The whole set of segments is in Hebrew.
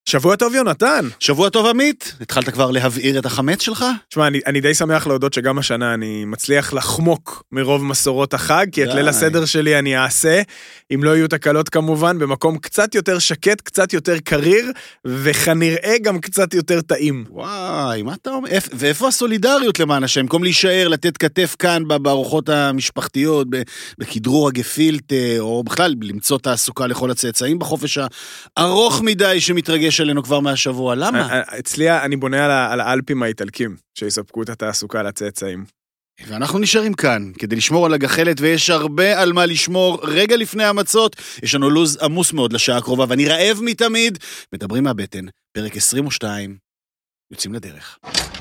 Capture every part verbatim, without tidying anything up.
שבוע טוב יונתן. שבוע טוב עמית, התחלת כבר להבעיר את החמץ שלך? תשמע, אני, אני די שמח להודות שגם השנה אני מצליח לחמוק מרוב מסורות החג, כי את ליל הסדר שלי אני אעשה, אם לא יהיו תקלות כמובן, במקום קצת יותר שקט, קצת יותר קריר, וכנראה גם קצת יותר טעים. וואי, מה אתה אומר? ואיפה הסולידריות למען השם? במקום להישאר, לתת כתף כאן בארוחות המשפחתיות, בכדרור הגפילט, או בכלל למצוא תעסוקה לכל הצאצאים בחופש הארוך מדי שמתרגש עלינו כבר מהשבוע. למה? אצלי אני בונה על האלפים האיטלקים, שיספקו את התעסוקה לצאצאים. ואנחנו נשארים כאן, כדי לשמור על הגחלת, ויש הרבה על מה לשמור. רגע לפני המצות, יש לנו לוז עמוס מאוד לשעה הקרובה, ואני רעב מתמיד. מדברים מהבטן, פרק עשרים ושתיים, יוצאים לדרך.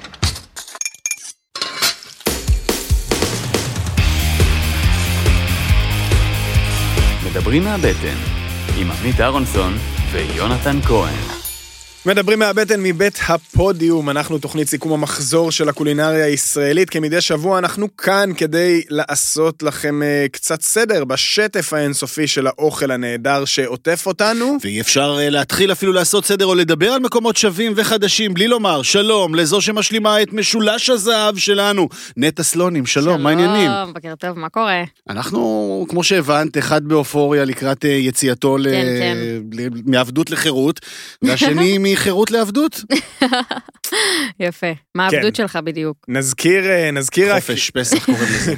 מדברים מהבטן, עם עמית אהרונסון ויונתן כהן. מדברים מהבטן מבית הפודיום, אנחנו תוכנית סיכום המחזור של הקולינריה הישראלית, כמדי שבוע אנחנו כאן כדי לעשות לכם uh, קצת סדר בשטף האינסופי של האוכל הנהדר שעוטף אותנו. ואי אפשר uh, להתחיל אפילו לעשות סדר או לדבר על מקומות שווים וחדשים, בלי לומר שלום לזו שמשלימה את משולש הזהב שלנו, נטע סלונים, שלום, שלום מה העניינים? שלום, בקר טוב, מה קורה? אנחנו, כמו שהבנת, אחד באופוריה לקראת uh, יציאתו כן, ל... כן. ל... מעבדות לחירות, והשני מחירות לעבדות. יפה. מה העבדות שלך בדיוק? נזכיר, נזכיר... חופש, פסח קוראים לזה.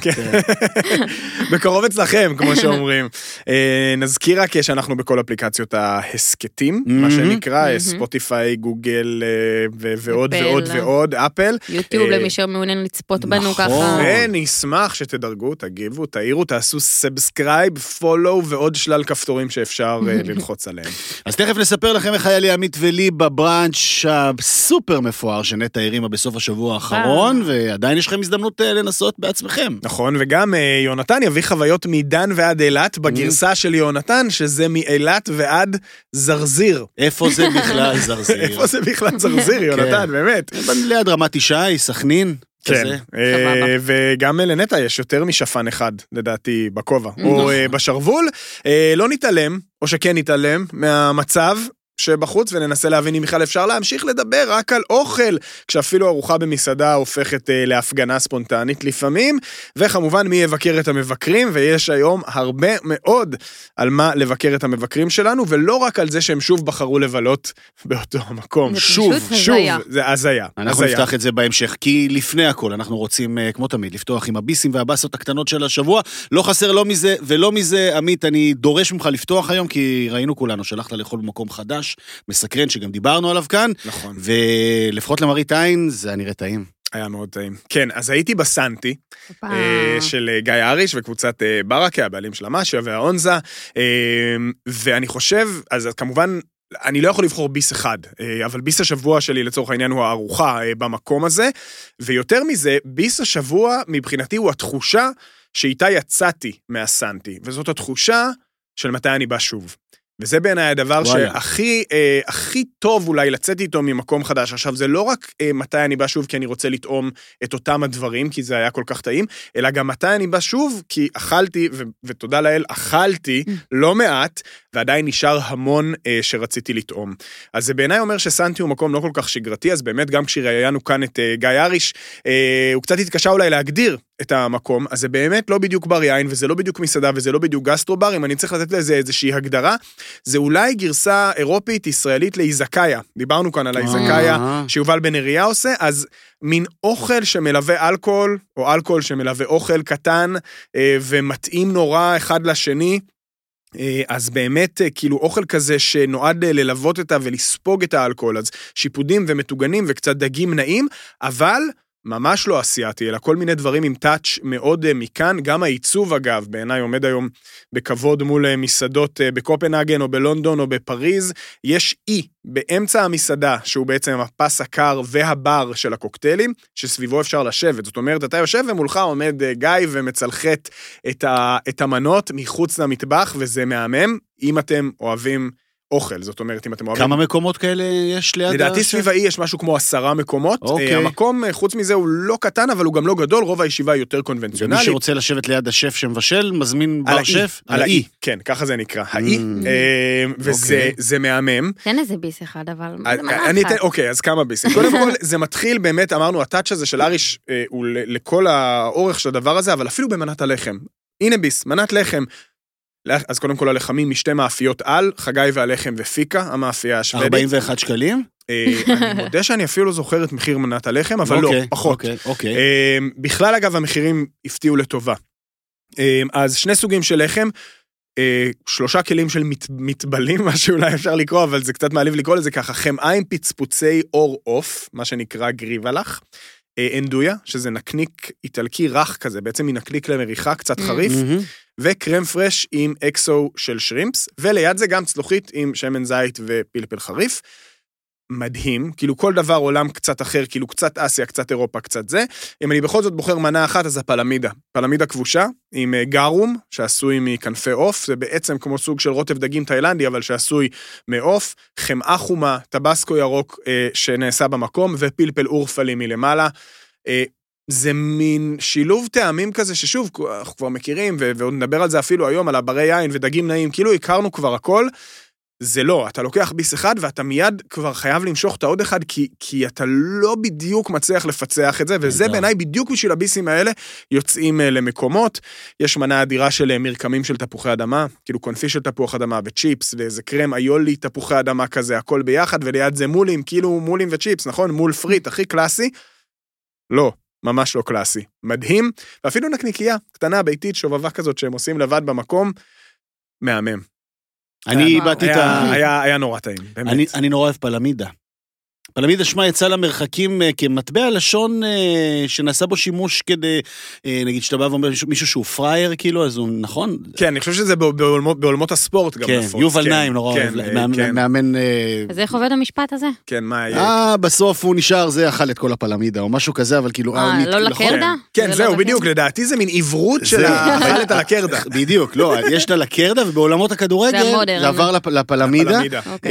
בקרוב אצלכם, כמו שאומרים. נזכיר רק שאנחנו בכל אפליקציות ההסקטים, מה שנקרא, ספוטיפיי, גוגל, ועוד ועוד ועוד, אפל. יוטיוב למי שמעוניין לצפות בנו ככה. ונשמח שתדרגו, תגיבו, תעירו, תעשו סאבסקרייב, פולו, ועוד שלל כפתורים שאפשר ללחוץ עליהם. אז תכף נספר לכם איך היה לי עמית ולי בברנץ' הסופר מפואר שנטע הרימה בסוף השבוע האחרון, ועדיין יש לכם הזדמנות לנסות בעצמכם. נכון, וגם יונתן יביא חוויות מדן ועד אילת, בגרסה של יונתן, שזה מאילת ועד זרזיר. איפה זה בכלל זרזיר? איפה זה בכלל זרזיר, יונתן, באמת. ליד רמת ישי, סכנין. כן, וגם לנטע יש יותר משפן אחד, לדעתי, בכובע, או בשרוול. לא נתעלם, או שכן נתעלם, מהמצב שבחוץ, וננסה להבין אם בכלל אפשר להמשיך לדבר רק על אוכל, כשאפילו ארוחה במסעדה הופכת אה, להפגנה ספונטנית לפעמים, וכמובן מי יבקר את המבקרים, ויש היום הרבה מאוד על מה לבקר את המבקרים שלנו, ולא רק על זה שהם שוב בחרו לבלות באותו המקום. שוב, שוב, זה הזיה. אנחנו נפתח את זה בהמשך, כי לפני הכל אנחנו רוצים, כמו תמיד, לפתוח עם הביסים והבאסות הקטנות של השבוע, לא חסר לא מזה ולא מזה. עמית, אני דורש ממך לפתוח היום, כי ראינו כולנו, שלחת לכל מקום חדש, מסקרן שגם דיברנו עליו כאן, נכון. ולפחות למראית עין, זה היה נראה טעים. היה מאוד טעים. כן, אז הייתי בסנטי, של גיא אריש וקבוצת ברקה, הבעלים של המשיה והאונזה, ואני חושב, אז כמובן, אני לא יכול לבחור ביס אחד, אבל ביס השבוע שלי לצורך העניין הוא הארוחה במקום הזה, ויותר מזה, ביס השבוע מבחינתי הוא התחושה שאיתה יצאתי מהסנטי, וזאת התחושה של מתי אני בא שוב. וזה בעיניי הדבר שהכי אה, הכי טוב אולי לצאת איתו ממקום חדש. עכשיו, זה לא רק אה, מתי אני בא שוב כי אני רוצה לטעום את אותם הדברים, כי זה היה כל כך טעים, אלא גם מתי אני בא שוב כי אכלתי, ו- ותודה לאל, אכלתי לא מעט, ועדיין נשאר המון אה, שרציתי לטעום. אז זה בעיניי אומר שסנטי הוא מקום לא כל כך שגרתי, אז באמת גם כשראיינו כאן את אה, גיא אריש, אה, הוא קצת התקשה אולי להגדיר את המקום, אז זה באמת לא בדיוק בר יין, וזה לא בדיוק מסעדה, וזה לא בדיוק גסטרובר, אם אני צריך לתת לזה איזושהי הגדרה, זה אולי גרסה אירופית, ישראלית לאיזקאיה. דיברנו כאן על האיזקאיה שיובל בן אריה עושה, אז מין אוכל שמלווה אלכוהול, או אלכוהול שמלווה אוכל קטן, ומתאים נורא אחד לשני, אז באמת כאילו אוכל כזה שנועד ללוות אותה ולספוג את האלכוהול, אז שיפודים ומתוגנים וקצת דגים נעים, אבל ממש לא אסיאתי, אלא כל מיני דברים עם טאץ' מאוד מכאן, גם העיצוב אגב, בעיניי עומד היום בכבוד מול מסעדות בקופנהגן או בלונדון או בפריז, יש אי באמצע המסעדה, שהוא בעצם הפס הקר והבר של הקוקטיילים, שסביבו אפשר לשבת, זאת אומרת, אתה יושב ומולך עומד גיא ומצלחת את, ה, את המנות מחוץ למטבח, וזה מהמם, אם אתם אוהבים אוכל, זאת אומרת, אם אתם אוהבים... כמה מקומות כאלה יש ליד? לדעתי סביב האי יש משהו כמו עשרה מקומות. אוקיי. המקום, חוץ מזה, הוא לא קטן, אבל הוא גם לא גדול, רוב הישיבה היא יותר קונבנציונלית. ומי שרוצה לשבת ליד השף שמבשל, מזמין בר שף? על האי, כן, ככה זה נקרא, האי, וזה מהמם. תן איזה ביס אחד, אבל זה מנה אחת. אחת. אוקיי, אז כמה ביסים. קודם כל, זה מתחיל באמת, אמרנו, הטאץ' הזה של אריש, הוא לכל האורך של הדבר הזה, אבל אפילו במנת הלחם. הנה ביס, מנת לחם. אז קודם כל הלחמים משתי מאפיות על, חגי והלחם ופיקה, המאפייה השוודית. ארבעים ואחד שקלים? אני מודה שאני אפילו לא זוכר את מחיר מנת הלחם, אבל לא, פחות. בכלל אגב המחירים הפתיעו לטובה. אז שני סוגים של לחם, שלושה כלים של מטבלים, מה שאולי אפשר לקרוא, אבל זה קצת מעליב לקרוא לזה ככה, חמאה עם פצפוצי אור עוף, מה שנקרא גריבלח, אנדויה, שזה נקניק איטלקי רך כזה, בעצם מנקניק למריחה, קצת חריף, וקרם פרש עם אקסו של שרימפס, וליד זה גם צלוחית עם שמן זית ופלפל חריף. מדהים, כאילו כל דבר עולם קצת אחר, כאילו קצת אסיה, קצת אירופה, קצת זה. אם אני בכל זאת בוחר מנה אחת, אז הפלמידה. פלמידה כבושה, עם גרום, שעשוי מכנפי עוף, זה בעצם כמו סוג של רוטב דגים תאילנדי, אבל שעשוי מעוף, חמאה חומה, טבסקו ירוק אה, שנעשה במקום, ופלפל אורפלי מלמעלה. אה, זה מין שילוב טעמים כזה, ששוב, אנחנו כבר מכירים, ועוד נדבר על זה אפילו היום, על הברי יין ודגים נעים, כאילו הכרנו כבר הכל, זה לא, אתה לוקח ביס אחד, ואתה מיד כבר חייב למשוך את העוד אחד, כי, כי אתה לא בדיוק מצליח לפצח את זה, וזה בעיניי בדיוק בשביל הביסים האלה, יוצאים למקומות, יש מנה אדירה של מרקמים של תפוחי אדמה, כאילו קונפי של תפוח אדמה וצ'יפס, ואיזה קרם איולי תפוחי אדמה כזה, הכל ביחד, וליד זה מולים, כאילו מולים וצ'יפס, נכון? מול פריט, הכי קלאסי. לא, ממש לא קלאסי. מדהים, ואפילו נקניקייה, קטנה, ביתית, שובבה כזאת, שהם עושים לבד במקום, מהמם. אני באתי את ה... היה נורא טעים, באמת. אני נורא אוהב פלמידה. פלמידה שמה יצא למרחקים כמטבע לשון שנעשה בו שימוש כדי, נגיד שאתה בא ואומר מישהו שהוא פרייר כאילו, אז הוא נכון? כן, אני חושב שזה בעולמות הספורט גם נפוץ. כן, יובל נעים נורא אוהב, מאמן... אז איך עובד המשפט הזה? כן, מה היה? אה, בסוף הוא נשאר, זה אכל את כל הפלמידה, או משהו כזה, אבל כאילו... אה, לא לקרדה? כן, זהו, בדיוק, לדעתי זה מין עברות של האכל את הלקרדה. בדיוק, לא, יש את הלקרדה, ובעולמות הכדורגל זה עבר לפלמידה.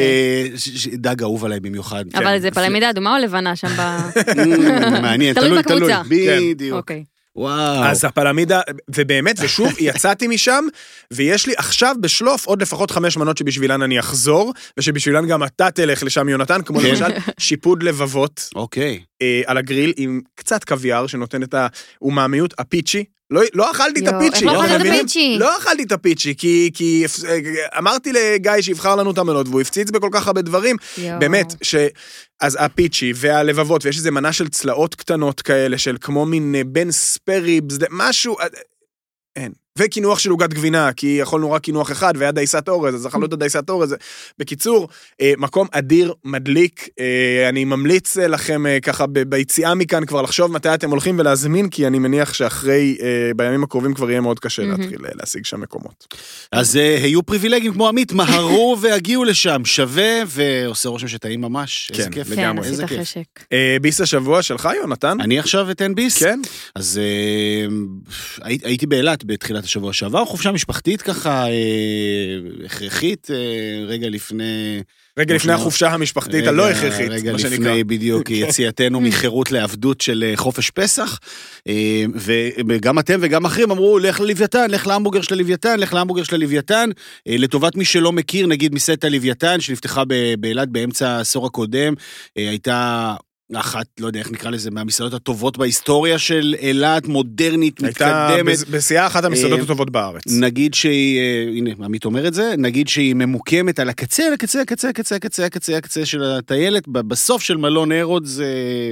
דג אהוב עליי במיוחד. אבל זה פלמידה אדומה או לבנה שם ב... מעניין, תלוי, תלוי. בדיוק. וואו. אז הפלמידה, ובאמת, ושוב, יצאתי משם, ויש לי עכשיו בשלוף עוד לפחות חמש מנות שבשבילן אני אחזור, ושבשבילן גם אתה תלך לשם יונתן, כמו למשל שיפוד לבבות. אוקיי. על הגריל עם קצת קוויאר, שנותן את האוממיות, הפיצ'י. לא, לא אכלתי את הפיצ'י. איך לא אכלת את הפיצ'י? לא אכלתי את הפיצ'י, כי, כי אמרתי לגיא שיבחר לנו את המנות, והוא הפציץ בכל כך הרבה דברים. באמת, ש... אז הפיצ'י והלבבות, ויש איזו מנה של צלעות קטנות כאלה, של כמו מין בין ספריבס, משהו... אין. וכינוח של עוגת גבינה, כי יכולנו רק כינוח אחד, והיה דייסת אורז, אז אכלנו את הדייסת אורז. בקיצור, מקום אדיר, מדליק, אני ממליץ לכם ככה ביציאה מכאן כבר לחשוב מתי אתם הולכים ולהזמין, כי אני מניח שאחרי, בימים הקרובים כבר יהיה מאוד קשה להתחיל להשיג שם מקומות. אז היו פריבילגים כמו עמית, מהרו והגיעו לשם, שווה, ועושה רושם שטעים ממש, איזה כיף. כן, עשית חשק. ביס השבוע שלך, יונתן? אני עכשיו אתן ביס? כן. אז הייתי באילת בתחילת השבוע שעבר, חופשה משפחתית ככה, הכרחית, רגע לפני... רגע לפני החופשה המשפחתית הלא הכרחית, רגע לפני בדיוק יציאתנו מחירות לעבדות של חופש פסח, וגם אתם וגם אחרים אמרו, לך ללוויתן, לך להמבורגר של הלוויתן, לך להמבורגר של הלוויתן, לטובת מי שלא מכיר, נגיד מסעדת הלוויתן, שנפתחה באילת באמצע העשור הקודם, הייתה... אחת, לא יודע איך נקרא לזה, מהמסעדות הטובות בהיסטוריה של אילת, מודרנית, מתקדמת. הייתה בשיאה אחת המסעדות הטובות בארץ. נגיד שהיא, הנה, עמית אומר את זה, נגיד שהיא ממוקמת על הקצה, על הקצה, הקצה, הקצה, הקצה, הקצה, הקצה של הטיילת, בסוף של מלון הרוד זה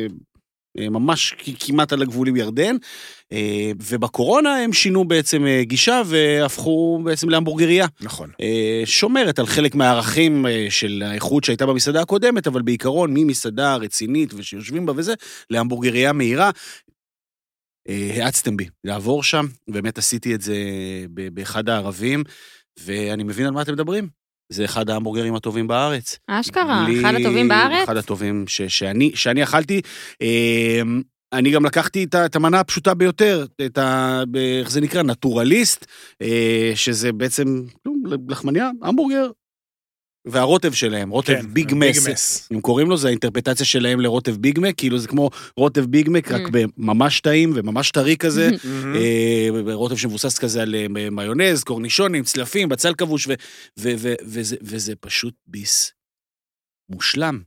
ממש כמעט על הגבול עם ירדן, ובקורונה הם שינו בעצם גישה והפכו בעצם להמבורגריה. נכון. שומרת על חלק מהערכים של האיכות שהייתה במסעדה הקודמת, אבל בעיקרון ממסעדה רצינית ושיושבים בה וזה, להמבורגריה מהירה. העצתם בי לעבור שם, באמת עשיתי את זה באחד הערבים, ואני מבין על מה אתם מדברים. זה אחד ההמבורגרים הטובים בארץ. אשכרה, אחד הטובים בארץ? אחד הטובים שאני, שאני אכלתי. אני גם לקחתי את המנה הפשוטה ביותר, את ה... איך זה נקרא? נטורליסט, שזה בעצם לחמניה, המבורגר. והרוטב שלהם, רוטב כן, ביג ביג מס. מס. אם קוראים לו, זה האינטרפטציה שלהם לרוטב ביג מק, כאילו זה כמו רוטב ביג מק, רק בממש טעים וממש טרי כזה, אה, רוטב שמבוסס כזה על אה, מיונז, קורנישונים, צלפים, בצל כבוש, ו- ו- ו- וזה, וזה פשוט ביס מושלם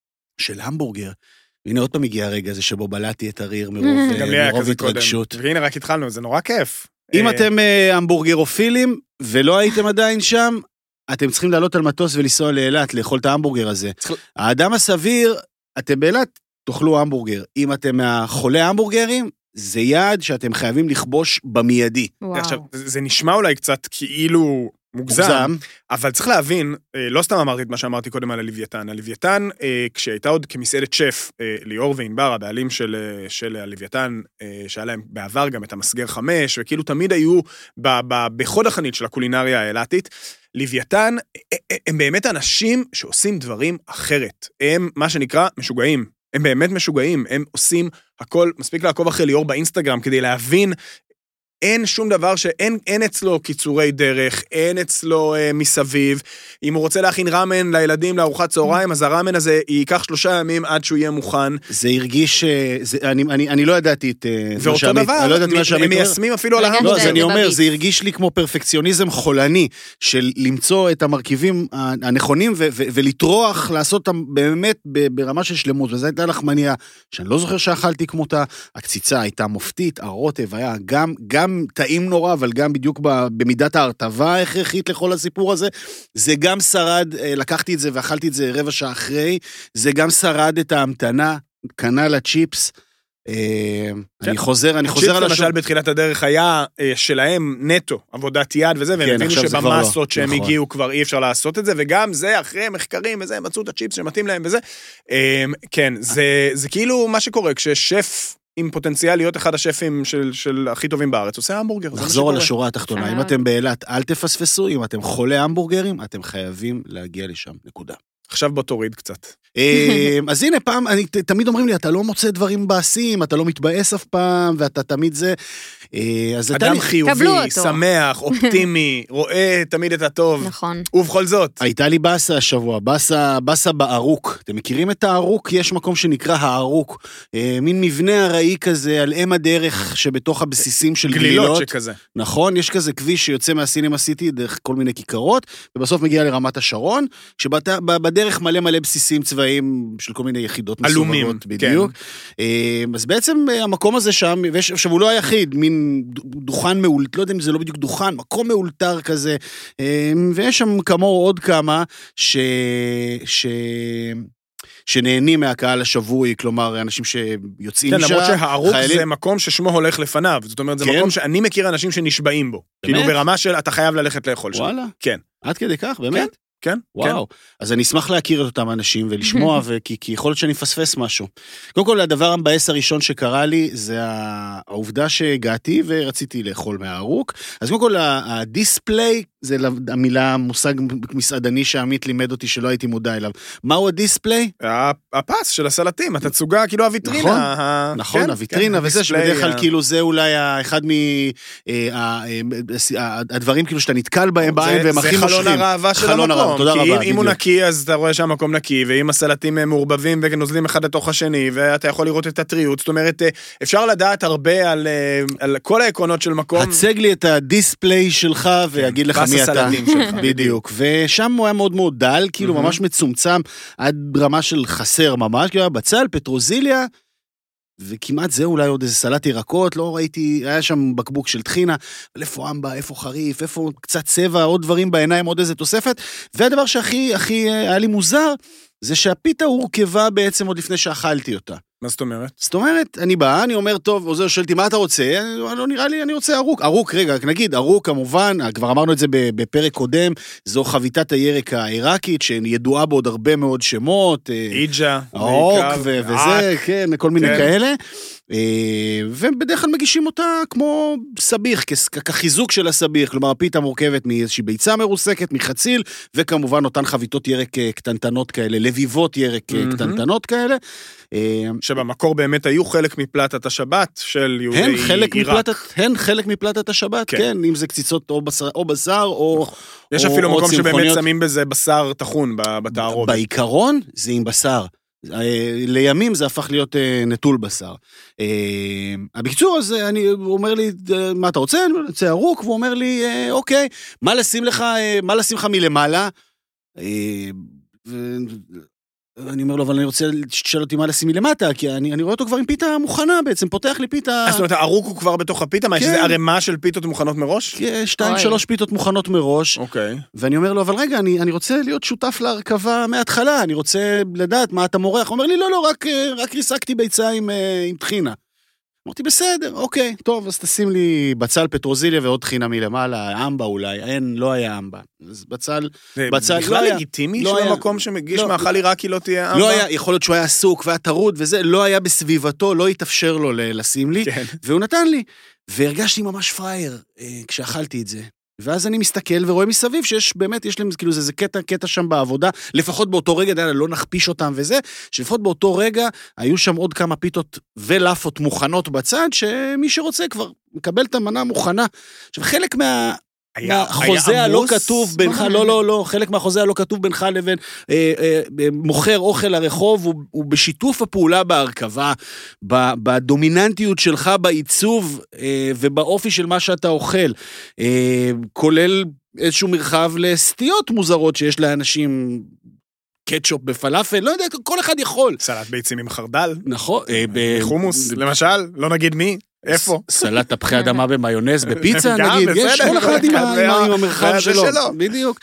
של המבורגר. והנה עוד פעם הגיע הרגע הזה שבו בלעתי את הריר מרוב, גם לי היה מרוב כזה קודם. התרגשות. והנה רק התחלנו, זה נורא כיף. אם אה, אתם אה, המבורגרופילים ולא הייתם עדיין שם, אתם צריכים לעלות על מטוס ולנסוע לאילת, לאכול את ההמבורגר הזה. צריך- האדם הסביר, אתם באילת, תאכלו המבורגר. אם אתם מהחולי המבורגרים, זה יעד שאתם חייבים לכבוש במיידי. עכשיו, וואו. זה זה נשמע אולי קצת כאילו מוגזם, מוגזם. אבל צריך להבין, אה, לא סתם אמרתי את מה שאמרתי קודם על הלוויתן. הלוויתן, אה, כשהייתה עוד כמסעדת שף, אה, ליאור וענבר, הבעלים של, אה, של הלוויתן, אה, שהיה להם בעבר גם את המסגר חמש, וכאילו תמיד היו ב, ב, בחוד החנית של הקולינריה האילתית, לוויתן, אה, הם באמת אנשים שעושים דברים אחרת. הם, מה שנקרא, משוגעים. הם באמת משוגעים. הם עושים הכל, מספיק לעקוב אחרי ליאור באינסטגרם, כדי להבין אין שום דבר שאין אין אצלו קיצורי דרך, אין אצלו אה, מסביב. אם הוא רוצה להכין רמן לילדים לארוחת צהריים, אז הרמן הזה ייקח שלושה ימים עד שהוא יהיה מוכן. זה הרגיש, אה, זה, אני, אני, אני לא ידעתי את... אה, מה ואותו שעמית- דבר, אני לא ידעתי מה שעמית הם אומר. מיישמים אפילו על רגע, ההמבורגר. לא, אז זה- אני זה אומר, בביס. זה הרגיש לי כמו פרפקציוניזם חולני, של למצוא את המרכיבים הנכונים, ו- ו- ולטרוח, לעשות אותם באמת ב- ברמה של שלמות, וזו הייתה לחמניה, שאני לא זוכר שאכלתי כמותה, הקציצה הייתה מופתית, הרוטב היה גם, גם טעים נורא, אבל גם בדיוק ב- במידת ההרטבה ההכרחית לכל הסיפור הזה, זה גם שרד, אה, לקחתי את זה ואכלתי את זה רבע שעה אחרי, זה גם שרד את ההמתנה, כנ"ל הצ'יפס, אה, אני חוזר, אני חוזר על הצ'יפס השום. למשל בתחילת הדרך היה אה, שלהם נטו, עבודת יד וזה, והם כן, הבינו עכשיו זה כבר לא. שבמסות שהם נכון. הגיעו כבר אי אפשר לעשות את זה, וגם זה אחרי מחקרים וזה, הם מצאו את הצ'יפס שמתאים להם וזה. אה, כן, זה, זה כאילו מה שקורה, כששף עם פוטנציאל להיות אחד השפים של, של הכי טובים בארץ, עושה המבורגר. זה מה לחזור על שקורה. השורה התחתונה, אם אה. אתם באילת, אל תפספסו, אם אתם חולי המבורגרים, אתם חייבים להגיע לשם, נקודה. עכשיו בוא תוריד קצת. אה, אז הנה פעם, אני, ת- תמיד אומרים לי, אתה לא מוצא דברים בעשים, אתה לא מתבאס אף פעם, ואתה תמיד זה, אה, אז הייתה אדם לי, חיובי, קבלו אותו. שמח, אופטימי, רואה תמיד את הטוב. נכון. ובכל זאת, הייתה לי באסה השבוע, באסה, באסה בארוק, אתם מכירים את הארוק? יש מקום שנקרא הארוק, אה, מין מבנה הראי כזה, על אם הדרך שבתוך הבסיסים של גלילות גלילות, שכזה. נכון, יש כזה כביש שיוצא מהסינמה סיטי דרך כל מיני כיכרות, ובסוף מגיע לרמת השרון, שבדרך מלא מלא בסיסים צבאיים של כל מיני יחידות אלומים, מסווגות, בדיוק. אז בעצם המקום הזה שם, עכשיו הוא לא היחיד, מין דוכן מאולתר, לא יודע אם זה לא בדיוק דוכן, מקום מאולתר כזה, ויש שם כמוהו עוד כמה, ש... ש... שנהנים מהקהל השבוי, כלומר, אנשים שיוצאים כן, שם. למרות שהערוך חיילים- זה מקום ששמו הולך לפניו, זאת אומרת, זה כן? מקום שאני מכיר אנשים שנשבעים בו. כאילו באמת? ברמה של אתה חייב ללכת לאכול שם. וואלה. כן. עד כדי כך, באמת? כן, וואו, אז אני אשמח להכיר את אותם אנשים ולשמוע, כי, כי יכול להיות שאני מפספס משהו. קודם כל, הדבר המבאס הראשון שקרה לי, זה העובדה שהגעתי ורציתי לאכול מהערוק. אז קודם כל, הדיספליי, זה המילה, מושג מסעדני שעמית לימד אותי שלא הייתי מודע אליו. מהו הדיספליי? הפס של הסלטים, התצוגה, כאילו הוויטרינה. נכון, ה- נכון, כן, הוויטרינה כן, וזה, הדיספליי, שבדרך כלל ה- כאילו זה אולי אחד מהדברים כאילו שאתה נתקל בהם בעין והם הכי זה מושכים. חלון הראווה של חלון המקום. הראווה, תודה כי רבה, אם- אם הוא בדיוק. נקי, אז אתה רואה שהמקום נקי, ואם הסלטים הם מעורבבים ונוזלים אחד לתוך השני, ואתה יכול לראות את הטריות, זאת אומרת, אפשר לדעת הרבה על, על כל העקרונות של מקום. הצג לי את הדיספליי שלך ויגיד לך פס מי אתה. הסלטים שלך, בדיוק. ושם הוא היה מאוד מאוד דל, כאילו ממש מצומצם, עד רמה של חסר ממש, כאילו היה בצל, פטרוזיליה, וכמעט זה אולי עוד איזה סלט ירקות, לא ראיתי, היה שם בקבוק של טחינה, אבל איפה אמבה, איפה חריף, איפה קצת צבע, עוד דברים בעיניים, עוד איזה תוספת, והדבר שהכי הכי היה לי מוזר, זה שהפיתה הורכבה בעצם עוד לפני שאכלתי אותה. מה זאת אומרת? זאת אומרת, אני בא, אני אומר, טוב, עוזר שואלתי, מה אתה רוצה? לא נראה לי, אני רוצה ארוק. ארוק, רגע, נגיד, ארוק, כמובן, כבר אמרנו את זה בפרק קודם, זו חביתת הירק העיראקית, שידועה בעוד הרבה מאוד שמות. איג'ה. ארוק בעיקר, וזה, עק. כן, כל מיני כן. כאלה. ובדרך כלל מגישים אותה כמו סביח, כחיזוק של הסביח, כלומר הפיתה מורכבת מאיזושהי ביצה מרוסקת, מחציל, וכמובן אותן חביתות ירק קטנטנות כאלה, לביבות ירק קטנטנות כאלה. שבמקור באמת היו חלק מפלטת השבת של יהודי עיראק. הן חלק מפלטת השבת, כן, אם זה קציצות או בשר או... יש אפילו מקום שבאמת שמים בזה בשר טחון בתערובת. בעיקרון זה עם בשר. לימים זה הפך להיות נטול בשר. בקיצור, אז הוא אומר לי, מה אתה רוצה? אני רוצה ארוך, והוא אומר לי, אוקיי, מה לשים לך, מה לשים לך מלמעלה? אני אומר לו, אבל אני רוצה לשאול אותי מה לשים מלמטה, כי אני, אני רואה אותו כבר עם פיתה מוכנה בעצם, פותח לי פיתה... אז זאת אומרת, הארוך הוא כבר בתוך הפיתה? מה, יש איזה ערימה של פיתות מוכנות מראש? כן, שתיים, שלוש פיתות מוכנות מראש. אוקיי. ואני אומר לו, אבל רגע, אני, אני רוצה להיות שותף להרכבה מההתחלה, אני רוצה לדעת מה אתה מורח. הוא אומר לי, לא, לא, רק, רק ריסקתי ביצה עם, עם תחינה. אמרתי, בסדר, אוקיי, טוב, אז תשים לי בצל פטרוזיליה ועוד תחינה מלמעלה, אמבה אולי, אין, לא היה אמבה. אז בצל, בצל, בכלל לא היה. לגיטימי שבמקום שמגיש מאכל עיראקי לא תהיה אמבה? לא היה, יכול להיות שהוא היה עסוק והיה טרוד וזה, לא היה בסביבתו, לא התאפשר לו לשים לי, והוא נתן לי, והרגשתי ממש פרייר כשאכלתי את זה. ואז אני מסתכל ורואה מסביב שיש באמת, יש להם כאילו זה, זה קטע, קטע שם בעבודה, לפחות באותו רגע, די, לא נחפיש אותם וזה, שלפחות באותו רגע היו שם עוד כמה פיתות ולאפות מוכנות בצד, שמי שרוצה כבר מקבל את המנה מוכנה. עכשיו, חלק מה... החוזה הלא כתוב בינך, לא, לא, לא, חלק מהחוזה הלא כתוב בינך לבין אה, אה, מוכר אוכל לרחוב, הוא, הוא בשיתוף הפעולה בהרכבה, בדומיננטיות שלך בעיצוב אה, ובאופי של מה שאתה אוכל, אה, כולל איזשהו מרחב לסטיות מוזרות שיש לאנשים... קטשופ בפלאפל, לא יודע, כל אחד יכול. סלט ביצים עם חרדל. נכון. חומוס, למשל, לא נגיד מי, איפה? סלט תפוחי אדמה במיונז בפיצה, נגיד, יש כל אחד עם המרחב שלו. בדיוק.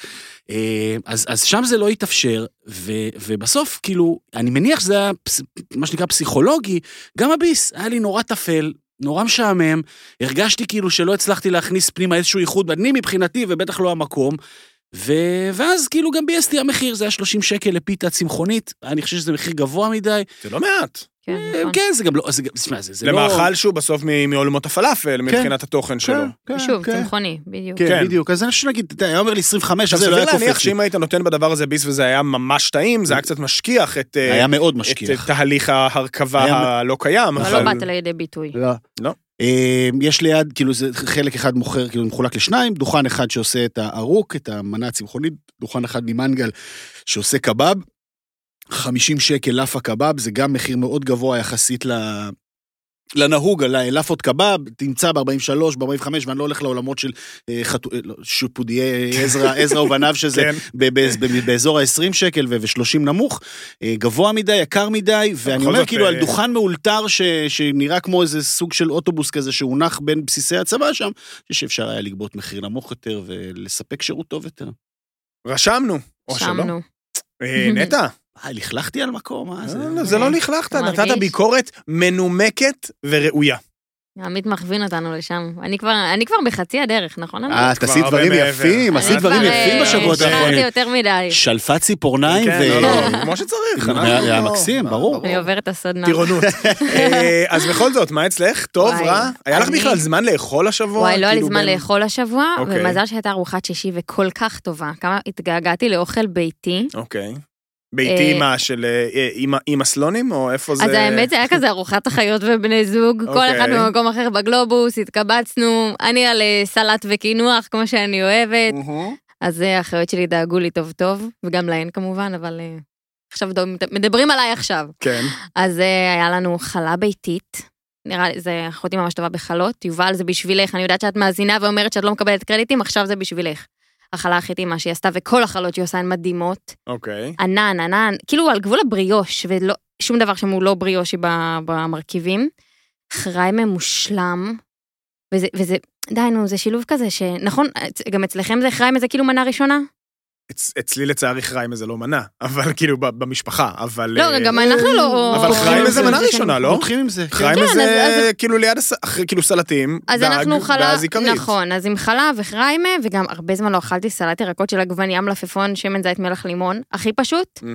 אז שם זה לא יתאפשר, ובסוף, כאילו, אני מניח שזה היה, מה שנקרא פסיכולוגי, גם הביס, היה לי נורא תפל, נורא משעמם, הרגשתי כאילו שלא הצלחתי להכניס פנימה איזשהו ייחוד, אני מבחינתי, ובטח לא המקום, ו- ואז כאילו גם בייסתי המחיר, זה היה שלושים שקל לפיתה צמחונית, אני חושב שזה מחיר גבוה מדי. זה לא מעט. כן, זה גם לא... למאכל שהוא בסוף מעולמות הפלאפל, מבחינת התוכן שלו. שוב, צמחוני, בדיוק. כן, בדיוק. אז אני חושב שנגיד, אתה היה אומר לי עשרים וחמש, אז זה לא היה קופץ. להניח שאם היית נותן בדבר הזה ביס וזה היה ממש טעים, זה היה קצת משכיח את... היה מאוד משכיח. את תהליך ההרכבה הלא קיים. אבל לא באת לידי ביטוי. לא. לא. יש ליד, כאילו זה חלק אחד מוכר, כאילו מחולק לשניים, דוכן אחד שעושה את הארוק, את המנה הצמחונית, דוכן אחד ממנגל שעושה קבב, חמישים שקל לאפה קבב, זה גם מחיר מאוד גבוה יחסית לנהוג, לאפות קבב, תמצא ב-ארבעים ושלוש, ב-ארבעים וחמש, ואני לא הולך לעולמות של שופודיי עזרא ובניו, שזה באזור ה-עשרים שקל ו-שלושים נמוך, גבוה מדי, יקר מדי, ואני אומר כאילו על דוכן מאולתר שנראה כמו איזה סוג של אוטובוס כזה, שהונח בין בסיסי הצבא שם, שאפשר היה לגבות מחיר נמוך יותר, ולספק שירות טוב יותר. רשמנו, או שלא. נטע. לכלכתי על מקום, מה זה? זה לא לכלכת, נתת ביקורת מנומקת וראויה. עמית מכווין אותנו לשם. אני כבר, אני כבר בחצי הדרך, נכון? אה, תעשי דברים יפים, עשי דברים יפים בשבועות האחרונים. יותר מדי. שלפת ציפורניים ו... כמו שצריך. היה מקסים, ברור. אני עוברת את הסדנה. טירונות. אז בכל זאת, מה אצלך? טוב, רע? היה לך בכלל זמן לאכול השבוע? וואי, לא היה לי זמן לאכול השבוע, ומזל שהייתה ארוחת שישי וכל כך טובה. כמה התגעגעתי לאוכל ביתי. אוקיי. ביתי מה, של עם הסלונים, או איפה זה? אז האמת זה היה כזה ארוחת החיות ובני זוג, כל אחד במקום אחר בגלובוס, התקבצנו, אני על סלט וקינוח, כמו שאני אוהבת, אז החיות שלי דאגו לי טוב טוב, וגם להן כמובן, אבל עכשיו מדברים עליי עכשיו. כן. אז היה לנו חלה ביתית, נראה לי, זה אחותי ממש טובה בחלות, יובל זה בשבילך, אני יודעת שאת מאזינה ואומרת שאת לא מקבלת קרדיטים, עכשיו זה בשבילך. החלה הכי טעימה שהיא עשתה, וכל החלות שהיא עושה הן מדהימות. אוקיי. ענן, ענן, כאילו על גבול הבריאוש, ושום דבר שהוא לא בריאושי במרכיבים. חריימה ממושלם, וזה, וזה, די נו, זה שילוב כזה, שנכון, גם אצלכם זה חריימה, זה כאילו מנה ראשונה? אצלי לצערי חריימה זה לא מנה, אבל כאילו במשפחה, אבל... לא, גם אנחנו לא... אבל חריימה זה מנה ראשונה, לא? פותחים עם זה. חריימה זה כאילו ליד, כאילו סלטים, דג, ואז עיקרית. נכון, אז עם חלה וחריימה, וגם הרבה זמן לא אכלתי סלט ירקות של עגבנייה, מלפפון, שמן זית מלח לימון, הכי פשוט.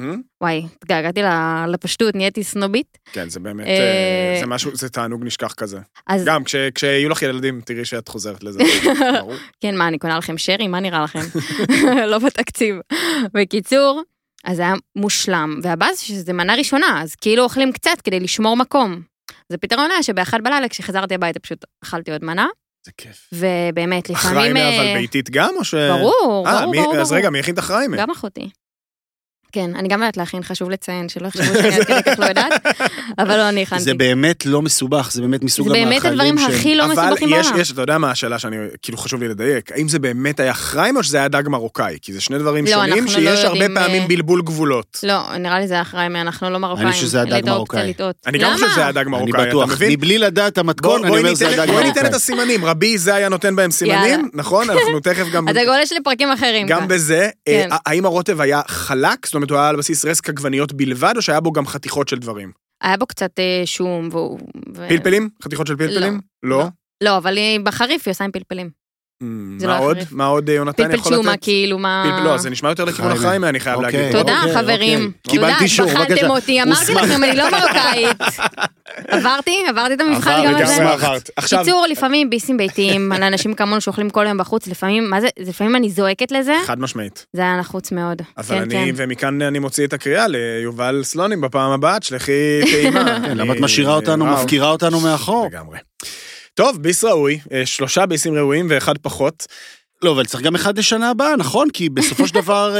וואי, התגעגעתי לפשטות, נהייתי סנובית. כן, זה באמת, זה משהו, זה תענוג נשכח כזה. גם כשיהיו לך ילדים, תראי שאת חוזרת לזה. כן, מה, אני קונה לכם שרי? מה נראה לכם? לא בתקציב. בקיצור, אז זה היה מושלם, והבאז שזה מנה ראשונה, אז כאילו אוכלים קצת כדי לשמור מקום. זה פתרון היה שבאחד בלילה, כשחזרתי הביתה, פשוט אכלתי עוד מנה. זה כיף. ובאמת, לפעמים... אחריימה, אבל ביתית גם, או ש... ברור, ברור, ברור. אז רגע, מי הכין את אחריימה? גם אחותי. כן, אני גם יודעת להכין, חשוב לציין, שלא יחשבו שאני עד כדי כך לא יודעת, אבל לא, אני הכנתי. זה באמת לא מסובך, זה באמת מסוג המאכלים. זה באמת הדברים הכי לא מסובכים בעולם. אבל יש, אתה יודע מה השאלה שאני, כאילו חשוב לי לדייק, האם זה באמת היה אחריימה או שזה היה דג מרוקאי? כי זה שני דברים שונים שיש הרבה פעמים בלבול גבולות. לא, נראה לי זה היה אחריימה, אנחנו לא מרוקאים. אני חושב שזה היה דג מרוקאי. אני גם חושב שזה היה דג מרוקאי, אני בטוח, מבלי לדעת המתכון, אני אומר זה היה דג מרוקאי. בואי ניתן את הסימנים, רבי זה היה נותן בהם סימנים, נכון? אנחנו תכף גם... אתה גולש לפרקים אחרים. גם בזה, האם הרוטב היה חלק? זאת אומרת, הוא היה על בסיס רסק עגבניות בלבד, או שהיה בו גם חתיכות של דברים? היה בו קצת שום. פלפלים? חתיכות של פלפלים? לא. לא, אבל בחריף היא עושה עם פלפלים. מה עוד? מה עוד יונתן יכול לתת? פלפל שומה, כאילו מה... לא, זה נשמע יותר לכיוון אחריימה, אני חייב להגיד. תודה, חברים. קיבלתי שור, בבקשה. בחנתם אותי, אמרתי לכם, אני לא מרוקאית. עברתי? עברתי את המבחן גם הזה? קיצור, לפעמים ביסים ביתיים, על אנשים כמונו שאוכלים כל היום בחוץ, לפעמים, מה זה? לפעמים אני זועקת לזה. חד משמעית. זה היה נחוץ מאוד. אבל אני, ומכאן אני מוציא את הקריאה ליובל סלונים בפעם הבאה, שלחי טעימה. למה את משאירה אותנו, מפקירה אותנו מאחור? לגמרי. טוב, ביס ראוי, שלושה ביסים ראויים ואחד פחות. לא, אבל צריך גם אחד לשנה הבאה, נכון? כי בסופו של דבר,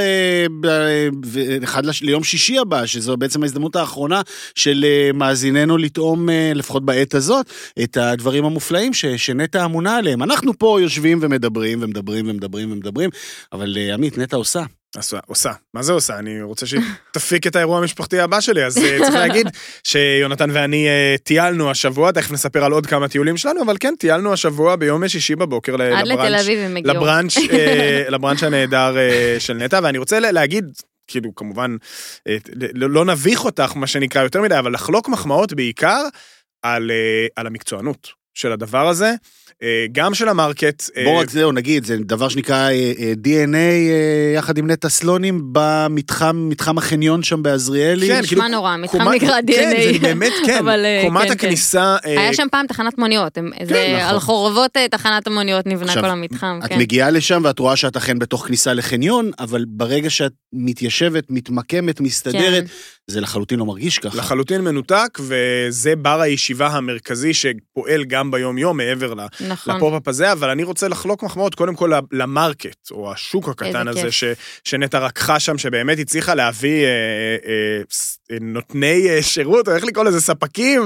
אחד ליום שישי הבא, שזו בעצם ההזדמנות האחרונה של מאזיננו לטעום, לפחות בעת הזאת, את הדברים המופלאים שנטע אמונה עליהם. אנחנו פה יושבים ומדברים ומדברים ומדברים ומדברים, אבל עמית, נטע עושה. עושה, עושה. מה זה עושה? אני רוצה שתפיק את האירוע המשפחתי הבא שלי, אז צריך להגיד שיונתן ואני טיילנו השבוע, תכף נספר על עוד כמה טיולים שלנו, אבל כן, טיילנו השבוע ביום שישי בבוקר לבראנץ', לבראנץ' הנהדר של נטע, ואני רוצה להגיד, כאילו, כמובן, לא נביך אותך, מה שנקרא יותר מדי, אבל לחלוק מחמאות בעיקר על המקצוענות של הדבר הזה, גם של המרקט. בוא רק זהו, נגיד, זה דבר שנקרא די אן איי יחד עם נטע סלונים במתחם, מתחם החניון שם בעזריאלי. כן, נשמע נורא, מתחם נקרא די אן איי. כן, זה באמת, כן. קומת הכניסה... היה שם פעם תחנת מוניות, על חורבות תחנת המוניות נבנה כל המתחם. את מגיעה לשם ואת רואה שאת אכן בתוך כניסה לחניון, אבל ברגע שאת מתיישבת, מתמקמת, מסתדרת, זה לחלוטין לא מרגיש ככה. לחלוטין מנותק, וזה בר הישיבה המרכזי שפועל גם ביום יום מעבר לפופ-אפ הזה, אבל אני רוצה לחלוק מחמאות קודם כל למרקט, או השוק הקטן הזה שנטע רקחה שם, שבאמת הצליחה להביא נותני שירות, או איך לקרוא לזה, ספקים,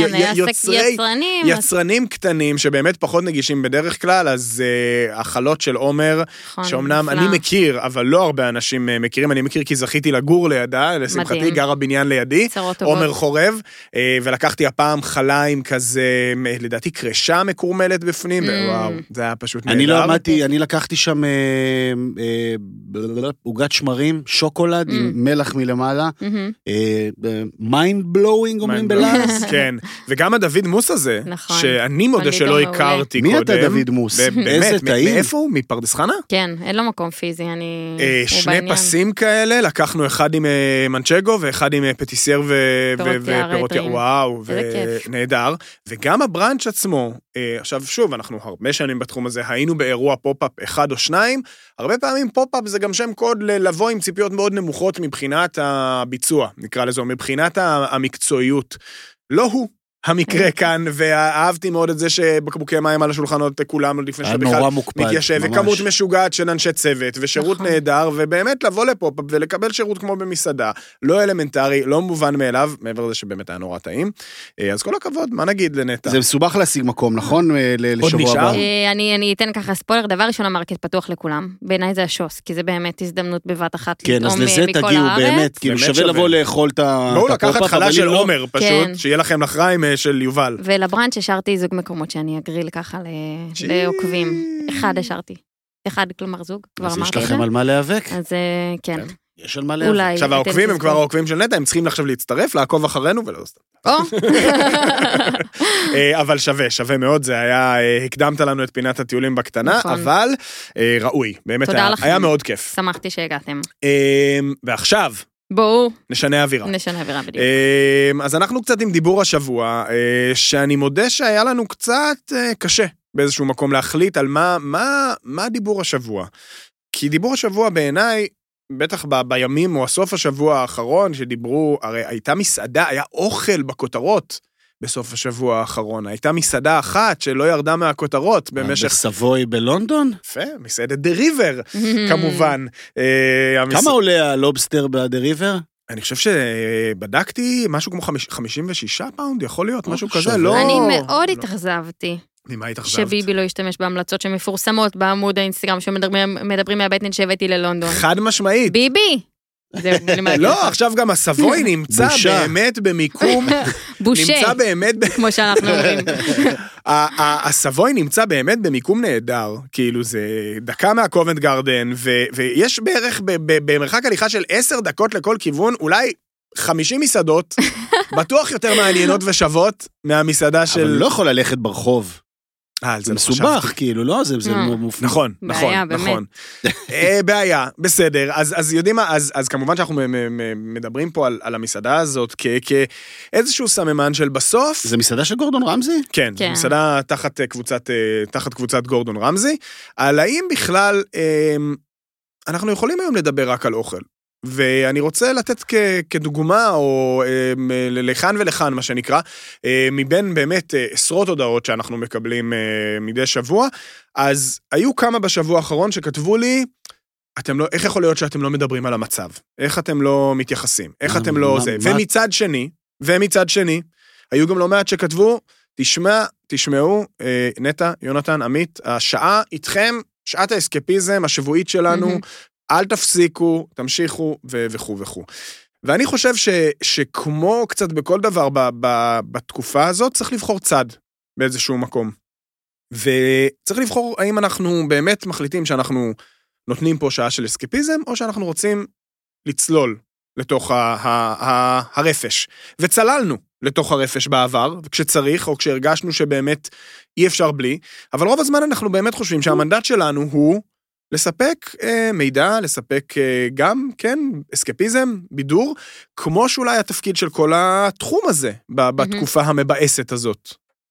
יצרנים קטנים, שבאמת פחות נגישים בדרך כלל, אז החלות של עומר, שאומנם אני מכיר, אבל לא הרבה אנשים מכירים, אני מכיר כי זכיתי לגור לידה, לשמחתי גרה בניין לידי, עומר חורב, ולקחתי הפעם חליים כזה, לדעתי קרשה מקורמלת בפנים, וואו, זה היה פשוט נהדר. אני לא עמדתי, אני לקחתי שם עוגת שמרים, שוקולד עם מלח מלמעלה, מיינד בלואוינג אומרים בלעז. כן, וגם הדוד מוס הזה, שאני מודה שלא הכרתי קודם. מי אתה דוד מוס? באמת, מאיפה הוא? מפרדס חנה? כן, אין לו מקום פיזי, אני... שני פסים כאלה, לקחנו אחד עם מנצ'גו, ואחד עם פטיסייר ופירות יער, וואו, ונהדר. וגם הבראנץ' עצמו, עכשיו שוב, אנחנו הרבה שנים בתחום הזה, היינו באירוע פופ-אפ אחד או שניים, הרבה פעמים פופ-אפ זה גם שם קוד לבוא עם ציפיות מאוד נמוכות מבחינת הביצוע, נקרא לזה, מבחינת המקצועיות. לא הוא. המקרה כאן, ואהבתי מאוד את זה שבקבוקי מים על השולחנות כולם לפני שבכלל מתיישב, וכמות משוגעת של אנשי צוות, ושירות נהדר, ובאמת לבוא לפה ולקבל שירות כמו במסעדה, לא אלמנטרי, לא מובן מאליו, מעבר לזה שבאמת היה נורא טעים. אז כל הכבוד, מה נגיד לנטע? זה מסובך להשיג מקום, נכון? לשבוע הבא. אני אתן ככה ספוילר, דבר ראשון המרקט פתוח לכולם, בעיניי זה השוס, כי זה באמת הזדמנות בבת אחת כן, אז לזה תגיעו באמת, כאילו שווה לבוא לאכול את הפופ-אפ. בואו לקחת חלה של עומר, פשוט, שיהיה לכם לחיים של יובל. ולברנץ' השארתי זוג מקומות שאני אגריל ככה לעוקבים. אחד השארתי. אחד, כלומר זוג, כבר אמרתי את זה. אז יש לכם על מה להיאבק. אז כן. יש על מה להיאבק. עכשיו העוקבים הם כבר העוקבים של נטע, הם צריכים עכשיו להצטרף, לעקוב אחרינו ולא סתם. אבל שווה, שווה מאוד, זה היה, הקדמת לנו את פינת הטיולים בקטנה, אבל ראוי, באמת היה מאוד כיף. שמחתי שהגעתם. ועכשיו, בואו. נשנה אווירה. נשנה אווירה בדיוק. אז אנחנו קצת עם דיבור השבוע, שאני מודה שהיה לנו קצת קשה באיזשהו מקום להחליט על מה, מה, מה דיבור השבוע. כי דיבור השבוע בעיניי, בטח ב, בימים או הסוף השבוע האחרון שדיברו, הרי הייתה מסעדה, היה אוכל בכותרות בסוף השבוע האחרון. הייתה מסעדה אחת שלא ירדה מהכותרות במשך... בסבוי בלונדון? יפה, מסעדת דה ריבר, כמובן. כמה עולה הלובסטר בדה ריבר? אני חושב שבדקתי משהו כמו חמישים ושישה פאונד, יכול להיות, משהו כזה, לא... אני מאוד התאכזבתי. ממה התאכזבת? שביבי לא ישתמש בהמלצות שמפורסמות בעמוד האינסטגרם שמדברים מהבטן שהבאתי ללונדון. חד משמעית. ביבי! לא, עכשיו גם הסבוי נמצא באמת במיקום... בושה. נמצא באמת... כמו שאנחנו אומרים. הסבוי נמצא באמת במיקום נהדר, כאילו זה דקה מהקובנט גרדן, ויש בערך במרחק הליכה של עשר דקות לכל כיוון, אולי חמישים מסעדות, בטוח יותר מעניינות ושוות מהמסעדה של... אבל לא יכול ללכת ברחוב. זה מסובך, כאילו, לא? זה מופנה. נכון, נכון, נכון. בעיה, בסדר. אז יודעים מה, אז כמובן שאנחנו מדברים פה על המסעדה הזאת כאיזשהו סממן של בסוף. זה מסעדה של גורדון רמזי? כן, זה מסעדה תחת קבוצת גורדון רמזי. על האם בכלל אנחנו יכולים היום לדבר רק על אוכל. ואני רוצה לתת כדוגמה, או לכאן ולכאן, מה שנקרא, מבין באמת עשרות הודעות שאנחנו מקבלים מדי שבוע, אז היו כמה בשבוע האחרון שכתבו לי, אתם לא, איך יכול להיות שאתם לא מדברים על המצב? איך אתם לא מתייחסים? איך אתם לא זה? ומצד שני, ומצד שני, היו גם לא מעט שכתבו, תשמע, תשמעו, נטע, יונתן, עמית, השעה איתכם, שעת האסקפיזם, השבועית שלנו, אל תפסיקו, תמשיכו וכו' וכו'. ואני חושב ש, שכמו קצת בכל דבר ב, ב, בתקופה הזאת, צריך לבחור צד באיזשהו מקום. וצריך לבחור האם אנחנו באמת מחליטים שאנחנו נותנים פה שעה של אסקפיזם, או שאנחנו רוצים לצלול לתוך ה, ה, ה, הרפש. וצללנו לתוך הרפש בעבר, כשצריך, או כשהרגשנו שבאמת אי אפשר בלי, אבל רוב הזמן אנחנו באמת חושבים שהמנדט שלנו הוא לספק אה, מידע, לספק אה, גם, כן, אסקפיזם, בידור, כמו שאולי התפקיד של כל התחום הזה, בתקופה mm-hmm. המבאסת הזאת.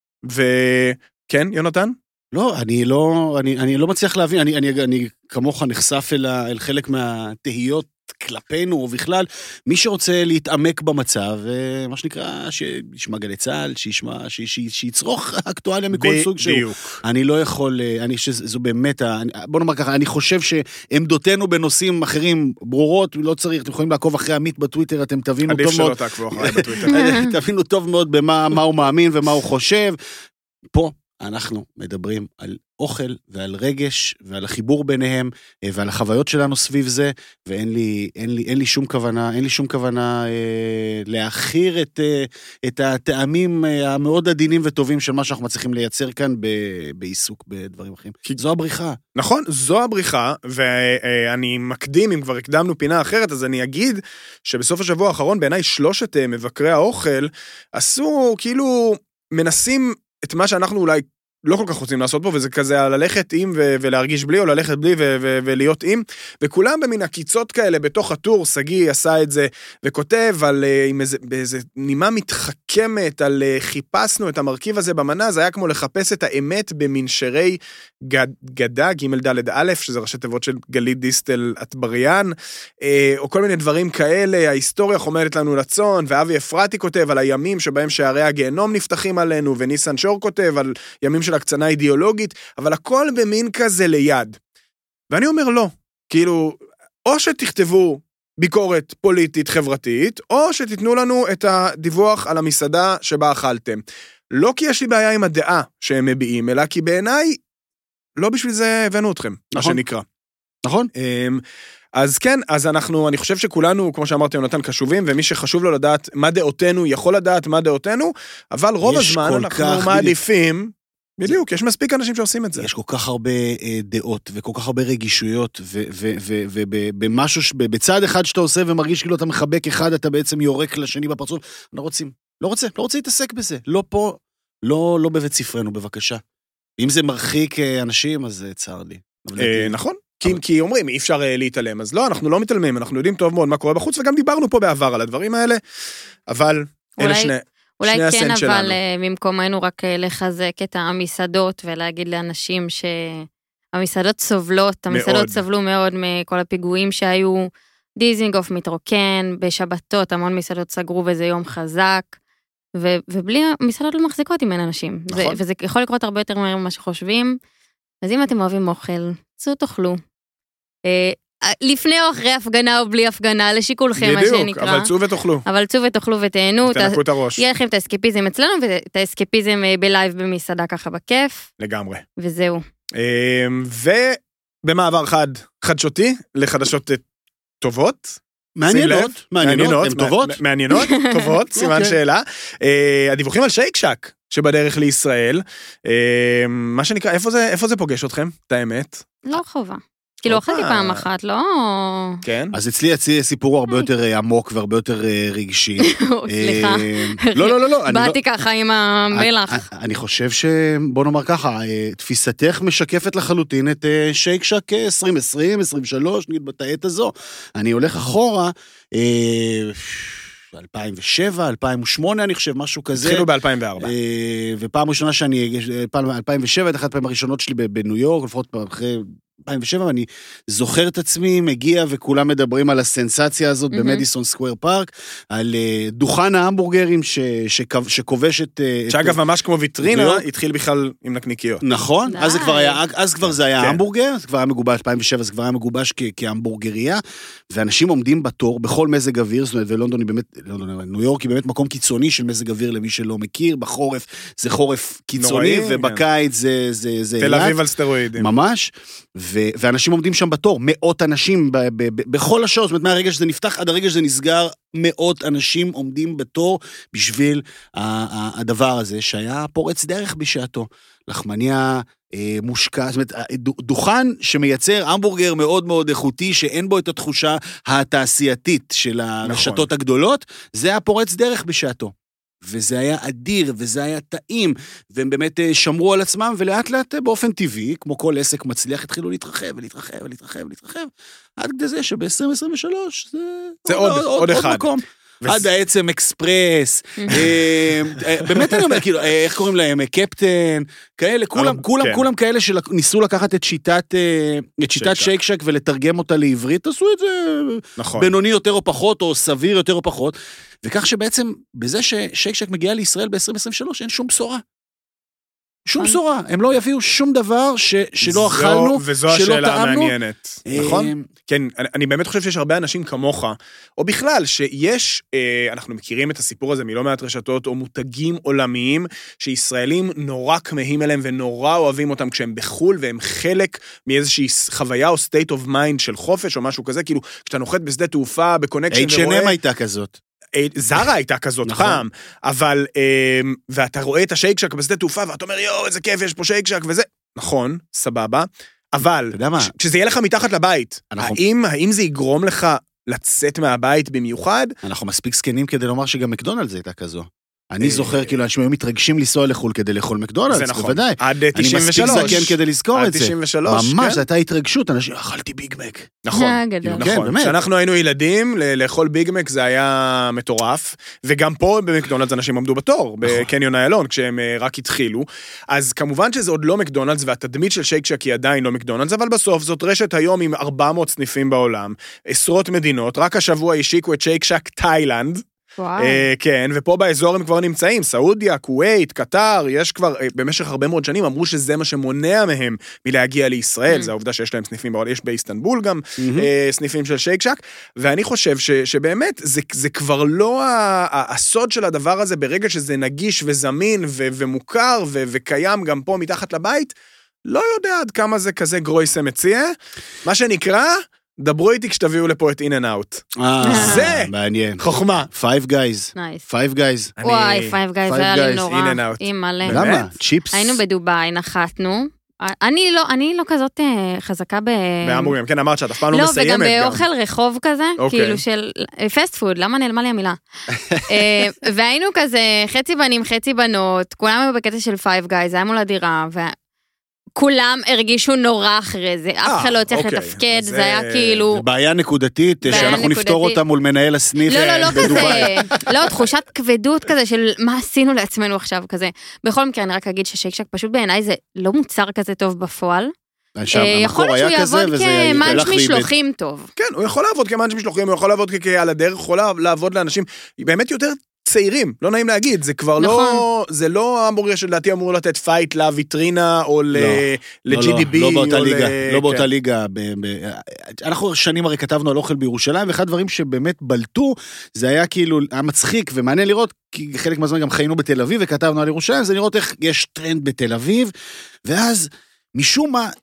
וכן, יונתן? לא, אני לא, אני, אני לא מצליח להבין, אני, אני, אני כמוך נחשף אל, אל חלק מהתהיות כלפינו, או בכלל, מי שרוצה להתעמק במצב, מה שנקרא, שישמע גלי צהל, שישמע, שיצרוך אקטואליה מכל סוג שהוא. אני לא יכול, אני חושב שזו באמת, בוא נאמר ככה, אני חושב שעמדותינו בנושאים אחרים ברורות, לא צריך, אתם יכולים לעקוב אחרי עמית בטוויטר, אתם תבינו טוב מאוד, עדיף שלא תעקבו אחרי בטוויטר. תבינו טוב מאוד במה הוא מאמין ומה הוא חושב. פה אנחנו מדברים על אוכל ועל רגש ועל החיבור ביניהם ועל החוויות שלנו סביב זה, ואין לי, אין לי, אין לי שום כוונה, אין לי שום כוונה אה, להכיר את, אה, את הטעמים אה, המאוד עדינים וטובים של מה שאנחנו מצליחים לייצר כאן ב, בעיסוק בדברים אחרים. כי זו הבריחה. נכון, זו הבריחה, ואני מקדים, אם כבר הקדמנו פינה אחרת, אז אני אגיד שבסוף השבוע האחרון, בעיניי שלושת מבקרי האוכל, עשו כאילו מנסים את מה שאנחנו אולי לא כל כך רוצים לעשות פה, וזה כזה ללכת עם ו- ולהרגיש בלי, או ללכת בלי ו- ו- ולהיות עם, וכולם במין הקיצות כאלה בתוך הטור, סגי עשה את זה, וכותב על, עם איזה, באיזה נימה מתחכמת, על חיפשנו את המרכיב הזה במנה, זה היה כמו לחפש את האמת במנשרי גד, גדה, ג' ד' א', שזה ראשי תיבות של גלית דיסטל אטבריאן, או כל מיני דברים כאלה, ההיסטוריה חומדת לנו לצון, ואבי אפרתי כותב על הימים שבהם שערי הגיהנום נפתחים עלינו, וניסן שור כותב על ימים של הקצנה אידיאולוגית, אבל הכל במין כזה ליד. ואני אומר לא, כאילו, או שתכתבו ביקורת פוליטית חברתית, או שתיתנו לנו את הדיווח על המסעדה שבה אכלתם. לא כי יש לי בעיה עם הדעה שהם מביעים, אלא כי בעיניי, לא בשביל זה הבאנו אתכם, מה שנקרא. נכון. אז כן, אז אנחנו, אני חושב שכולנו, כמו שאמרתי, נתן קשובים, ומי שחשוב לו לדעת מה דעותינו, יכול לדעת מה דעותינו, אבל רוב הזמן אנחנו מעדיפים, בדיוק, יש מספיק אנשים שעושים את זה. יש כל כך הרבה דעות, וכל כך הרבה רגישויות, ובמשהו, בצד אחד שאתה עושה ומרגיש כאילו אתה מחבק אחד, אתה בעצם יורק לשני בפרצוף, לא רוצים, לא רוצה, לא רוצה להתעסק בזה, לא פה, לא, לא בבית ספרנו, בבקשה. אם זה מרחיק אנשים, אז צער לי. נכון, כי, כי אומרים, אי אפשר להתעלם, אז לא, אנחנו לא מתעלמים, אנחנו יודעים טוב מאוד מה קורה בחוץ, וגם דיברנו פה בעבר על הדברים האלה, אבל אלה שני, אולי שני כן, הסנט שלנו. אבל ממקומנו רק לחזק את המסעדות, ולהגיד לאנשים שהמסעדות סובלות, המסעדות מאוד. סבלו מאוד מכל הפיגועים שהיו, דיזינגוף מתרוקן, בשבתות המון מסעדות סגרו, וזה יום חזק, ו- ובלי, מסעדות לא מחזיקות עם אין אנשים, נכון. זה, וזה יכול לקרות הרבה יותר מהר ממה שחושבים, אז אם אתם אוהבים אוכל, צאו תאכלו. לפני או אחרי הפגנה או בלי הפגנה, לשיקולכם, מה שנקרא. בדיוק, אבל צאו ותאכלו. אבל צאו ותאכלו ותהנו. תנקו את הראש. יהיה לכם את האסקפיזם אצלנו, ואת האסקפיזם בלייב במסעדה ככה בכיף. לגמרי. וזהו. ובמעבר חד, חדשותי, לחדשות טובות. מעניינות, מעניינות, הן טובות? מעניינות, טובות, סימן שאלה. הדיווחים על שייק שק, שבדרך לישראל, מה שנקרא, איפה זה פוגש אתכם? את האמת? לא חובה. כאילו, אכלתי פעם אחת, לא... כן. אז אצלי אצלי סיפור הרבה יותר עמוק והרבה יותר רגשי. סליחה. לא, לא, לא, לא. באתי ככה עם המלח. אני חושב ש... בוא נאמר ככה, תפיסתך משקפת לחלוטין את שייק שק עשרים עשרים, עשרים ושלוש, נגיד בתעת הזו. אני הולך אחורה, אלפיים ושבע, אלפיים ושמונה, אני חושב, משהו כזה. התחילו ב-אלפיים וארבע. ופעם ראשונה שאני... אלפיים ושבע, את אחת הפעמים הראשונות שלי בניו יורק, לפחות אחרי... אלפיים ושבע, ואני זוכר את עצמי, מגיע וכולם מדברים על הסנסציה הזאת mm-hmm. במדיסון סקוואר פארק, על uh, דוכן ההמבורגרים ש, שכו, שכובש את... שאגב, את, ממש כמו ויטרינה, התחיל בכלל עם נקניקיות. נכון, אז, כבר היה, אז כבר זה היה כן. המבורגר, זה כבר היה מגובש, אלפיים ושבע, זה כבר היה מגובש כ, כהמבורגריה, ואנשים עומדים בתור בכל מזג אוויר, זאת אומרת, ולונדון היא באמת, ניו יורק היא באמת מקום קיצוני של מזג אוויר למי שלא מכיר, בחורף זה חורף קיצוני, נוראי, ובקיץ כן. זה, זה, זה תל אביב על סטרואידים. ממש, ו- ואנשים עומדים שם בתור, מאות אנשים ב- ב- ב- בכל השעות, זאת אומרת, מהרגע שזה נפתח עד הרגע שזה נסגר, מאות אנשים עומדים בתור בשביל ה- הדבר הזה, שהיה פורץ דרך בשעתו. לחמניה אה, מושקע, זאת אומרת, דוכן שמייצר המבורגר מאוד מאוד איכותי, שאין בו את התחושה התעשייתית של הרשתות נכון. הגדולות, זה היה פורץ דרך בשעתו. וזה היה אדיר, וזה היה טעים, והם באמת שמרו על עצמם, ולאט לאט באופן טבעי, כמו כל עסק מצליח, התחילו להתרחב ולהתרחב ולהתרחב ולהתרחב, עד כדי זה שב-עשרים עשרים ושלוש זה, זה עוד, עוד, עוד, עוד אחד. מקום. עד העצם אקספרס, באמת אני אומר, כאילו, איך קוראים להם, קפטן, כאלה, כולם, כולם, כולם כאלה שניסו לקחת את שיטת, את שיטת שייק שק ולתרגם אותה לעברית, עשו את זה בינוני יותר או פחות, או סביר יותר או פחות, וכך שבעצם, בזה ששייק שק מגיע לישראל ב-עשרים עשרים ושלוש, אין שום בשורה. שום בשורה, הם לא יביאו שום דבר ש, שלא אכלנו, וזו השאלה המעניינת, נכון? כן, אני באמת חושב שיש הרבה אנשים כמוך, או בכלל שיש, אנחנו מכירים את הסיפור הזה מלא מעט רשתות, או מותגים עולמיים, שישראלים נורא כמהים אליהם, ונורא אוהבים אותם כשהם בחול, והם חלק מאיזושהי חוויה או state of mind של חופש, או משהו כזה, כאילו, כשאתה נוחת בשדה תעופה, בקונקשן ורואה... אייץ' אנד אם הייתה כזאת. זרה הייתה כזאת נכון. פעם, אבל, ואתה רואה את השייק שק בשדה תעופה, ואתה אומר, יואו, איזה כיף, יש פה שייק שק וזה, נכון, סבבה, אבל, כשזה יהיה לך מתחת לבית, אנחנו... האם, האם זה יגרום לך לצאת מהבית במיוחד? אנחנו מספיק סקנים כדי לומר שגם מקדונלדס הייתה כזו. אני זוכר, כאילו, אנשים היו מתרגשים לנסוע לחול כדי לאכול מקדונלדס, זה נכון. בוודאי. עד תשעים ושלוש. אני מספיק זקן כדי לזכור את זה. עד תשעים ושלוש, ממש, כן. זו הייתה התרגשות, אנשים, אכלתי ביג מק. נכון, נכון. כשאנחנו היינו ילדים, לאכול ביג מק זה היה מטורף, וגם פה במקדונלדס אנשים עמדו בתור, בקניון איילון, כשהם רק התחילו. אז כמובן שזה עוד לא מקדונלדס, והתדמית של שייק שק היא עדיין לא מקדונלדס, אבל בסוף זאת רשת היום עם ארבע מאות סניפים בעולם, עשרות מדינות, רק השבוע השיקו את שייק שק תאילנד, כן, ופה באזור הם כבר נמצאים, סעודיה, כווית, קטר, יש כבר, במשך הרבה מאוד שנים אמרו שזה מה שמונע מהם מלהגיע לישראל, זה העובדה שיש להם סניפים, יש באיסטנבול גם סניפים של שייק שק, ואני חושב שבאמת זה כבר לא הסוד של הדבר הזה, ברגע שזה נגיש וזמין ומוכר וקיים גם פה מתחת לבית, לא יודע עד כמה זה כזה גרויסה מציע, מה שנקרא... דברו איתי כשתביאו לפה את אין אנד אאוט. זה מעניין. חוכמה. Five Guys. Five Guys. וואי, Five Guys זה היה לי נורא. עם מלא. למה? צ'יפס. היינו בדוביי, נחתנו. אני לא, אני לא כזאת חזקה ב... בהמבורגרים, כן, אמרת שאת אף פעם לא מסיימת גם. לא, וגם באוכל רחוב כזה, כאילו של פסט פוד, למה נעלמה לי המילה? והיינו כזה חצי בנים, חצי בנות, כולם היו בקטע של Five Guys, זה היה מול הדירה, כולם הרגישו נורא אחרי זה, אף אחד לא צריך לתפקד, זה היה כאילו... זה בעיה נקודתית, שאנחנו נפתור אותה מול מנהל הסניף בדוביי. לא, לא, לא כזה, לא, תחושת כבדות כזה של מה עשינו לעצמנו עכשיו כזה. בכל מקרה, אני רק אגיד ששייקשק פשוט בעיניי זה לא מוצר כזה טוב בפועל. יכול להיות שהוא יעבוד כמאנץ' משלוחים טוב. כן, הוא יכול לעבוד כמאנץ' משלוחים, הוא יכול לעבוד כעל הדרך, הוא יכול לעבוד לאנשים, באמת יותר צעירים, לא נעים להגיד, זה כבר לא, זה לא המבורגר שלדעתי אמור לתת פייט לויטרינה או ל-ג'י די בי. לא באותה ליגה, לא באותה ליגה. אנחנו שנים הרי כתבנו על אוכל בירושלים, ואחד הדברים שבאמת בלטו, זה היה כאילו, היה מצחיק ומעניין לראות, כי חלק מהזמן גם חיינו בתל אביב וכתבנו על ירושלים, זה לראות איך יש טרנד בתל אביב, ואז משום מה,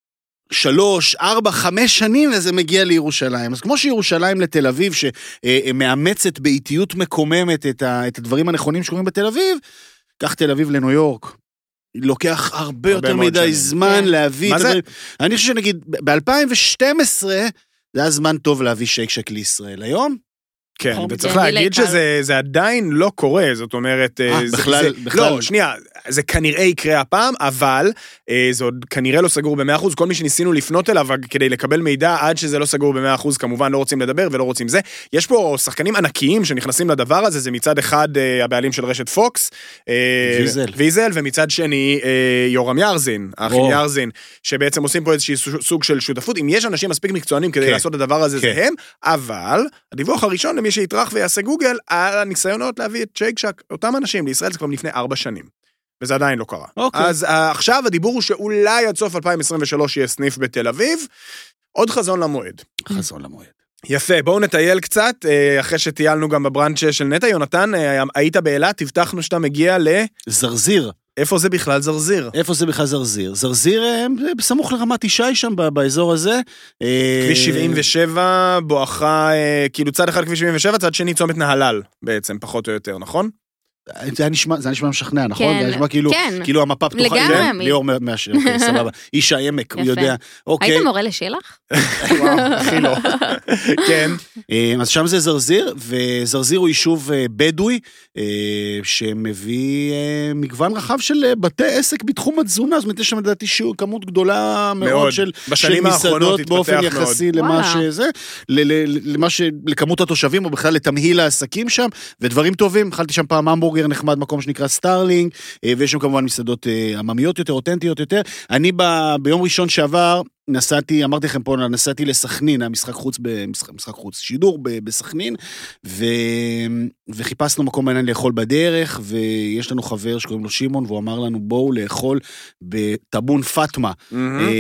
שלוש, ארבע, חמש שנים, וזה מגיע לירושלים. אז כמו שירושלים לתל אביב, שמאמצת באיטיות מקוממת את הדברים הנכונים שקורים בתל אביב, כך תל אביב לניו יורק. לוקח הרבה יותר מדי זמן להביא... אני חושב שנגיד, ב-אלפיים ושתים עשרה, זה היה זמן טוב להביא שייקשק לישראל. היום? כן, וצריך להגיד שזה עדיין לא קורה, זאת אומרת... בכלל, בכלל... לא, שנייה, זה כנראה יקרה הפעם, אבל זה עוד כנראה לא סגור ב-מאה אחוז, כל מי שניסינו לפנות אליו כדי לקבל מידע, עד שזה לא סגור ב-מאה אחוז, כמובן לא רוצים לדבר ולא רוצים זה. יש פה שחקנים ענקיים שנכנסים לדבר הזה, זה מצד אחד הבעלים של רשת פוקס, ויזל, ויזל, ומצד שני יורם ירזין, האחים ירזין, שבעצם עושים פה איזושהי סוג של שותפות. אם יש אנשים מספיק מקצוענים כדי לעשות את הדבר הזה, זה הם, אבל הדיווח הראשון למי שיתרח ויעשה גוגל, על הניסיונות להביא את שייקשק, אותם אנשים לישראל, זה כבר לפני ארבע שנים. וזה עדיין לא קרה. Okay. אז uh, עכשיו הדיבור הוא שאולי עד סוף אלפיים עשרים ושלוש יהיה סניף בתל אביב, עוד חזון למועד. חזון למועד. יפה, בואו נטייל קצת, אחרי שטיילנו גם בברנץ' של נטע. יונתן, היית באילת, הבטחנו שאתה מגיע ל... זרזיר. איפה זה בכלל זרזיר? איפה זה בכלל זרזיר? זרזיר בסמוך לרמת ישי שם באזור הזה. כביש שבעים ושבע, בואכה, כאילו צד אחד כביש שבעים ושבע, צד שני צומת נהלל בעצם, פחות או יותר, נכון? זה נשמע, זה נשמע משכנע, נכון? כן, זה נשמע כאילו, כן. כאילו המפה פתוחה. לגמרי. ליאור מאשר, אוקיי, סבבה. איש העמק, הוא יודע. אוקיי. היית מורה לשלח? וואו, הכי לא. כן. אז שם זה זרזיר, וזרזיר הוא יישוב בדואי, שמביא מגוון רחב של בתי עסק בתחום התזונה, זאת אומרת, יש שם לדעתי שיעור כמות גדולה מאוד של מסעדות באופן יחסי למה שזה, למה שלכמות התושבים, או בכלל לתמהיל העסקים שם, ודברים טובים. אכלתי שם פעם המבורגר נחמד, מקום שנקרא סטארלינג, ויש שם כמובן מסעדות עממיות יותר, אותנטיות יותר. אני ב, ביום ראשון שעבר, נסעתי, אמרתי לכם פה, נסעתי לסכנין, המשחק חוץ, במשחק, משחק חוץ, שידור בסכנין, ו, וחיפשנו מקום מעניין לאכול בדרך, ויש לנו חבר שקוראים לו שימון, והוא אמר לנו, בואו לאכול בטאבון פאטמה. Mm-hmm.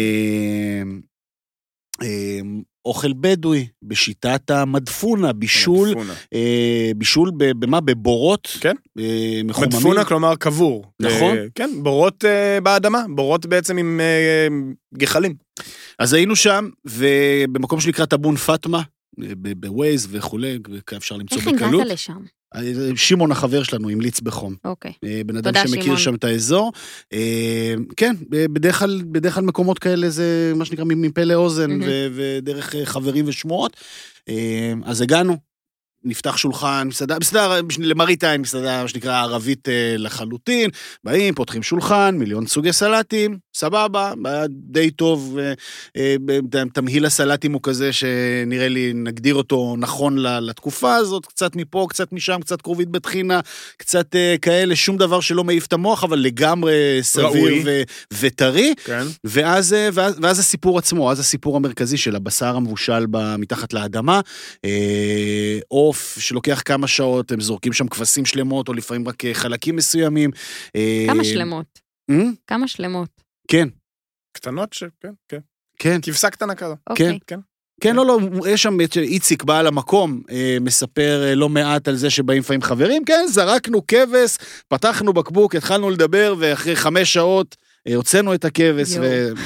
אוכל בדואי, בשיטת המדפונה, בישול, מדפונה. אה, בישול במה? בבורות? כן. אה, מחוממים. מדפונה, כלומר קבור. נכון. אה, כן, בורות אה, באדמה, בורות בעצם עם אה, גחלים. אז היינו שם, ובמקום שנקרא טאבון פאטמה, בווייז וכולי, אפשר למצוא בקלות. איך הגעת לשם? שימון החבר שלנו המליץ בחום. אוקיי. בן אדם שמכיר שם את האזור. כן, בדרך כלל, בדרך כלל מקומות כאלה זה מה שנקרא מפה לאוזן, ודרך חברים ושמועות. אז הגענו, נפתח שולחן, מסעדה, מסעדה למראית עין, מסעדה שנקרא ערבית לחלוטין, באים, פותחים שולחן, מיליון סוגי סלטים, סבבה, די טוב, תמהיל הסלטים הוא כזה שנראה לי נגדיר אותו נכון לתקופה הזאת, קצת מפה, קצת משם, קצת קרובית בתחינה, קצת כאלה, שום דבר שלא מעיף את המוח, אבל לגמרי סביר וטרי, ואז, ואז, ואז הסיפור עצמו, אז הסיפור המרכזי של הבשר המבושל מתחת לאדמה, או שלוקח כמה שעות, הם זורקים שם כבשים שלמות, או לפעמים רק חלקים מסוימים. כמה שלמות? כמה שלמות? כן. קטנות ש... כן, כן. כן. כבשה קטנה כזו. כן, כן. כן, לא, לא, יש שם איציק, בעל המקום, מספר לא מעט על זה שבאים לפעמים חברים, כן, זרקנו כבש, פתחנו בקבוק, התחלנו לדבר, ואחרי חמש שעות הוצאנו את הכבש, ו...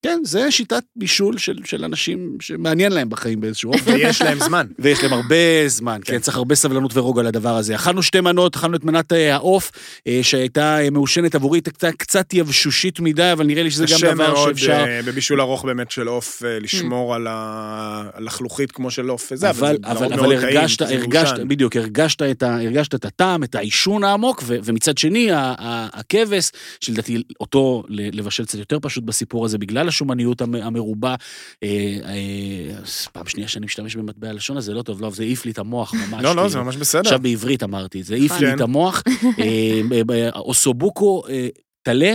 כן, זה שיטת בישול של, של אנשים שמעניין להם בחיים באיזשהו אופן. ויש להם זמן. ויש להם הרבה זמן, כן, צריך הרבה סבלנות ורוגע לדבר הזה. אכלנו שתי מנות, אכלנו את מנת העוף, שהייתה מעושנת עבורית, קצת יבשושית מדי, אבל נראה לי שזה גם דבר שאפשר... קשה מאוד בבישול ארוך באמת של עוף, לשמור על הלחלוכית כמו של עוף וזה, אבל אבל הרגשת, הרגשת, בדיוק, הרגשת את הטעם, את העישון העמוק, ומצד שני, הכבש, שלדעתי אותו לבשל קצת יותר פשוט בסיפור הזה, בגלל השומניות המרובה, פעם שנייה שאני משתמש במטבע הלשון הזה, לא טוב, לא, זה העיף לי את המוח ממש. לא, לא, זה ממש בסדר. עכשיו בעברית אמרתי, זה העיף לי את המוח, אוסובוקו, תלה,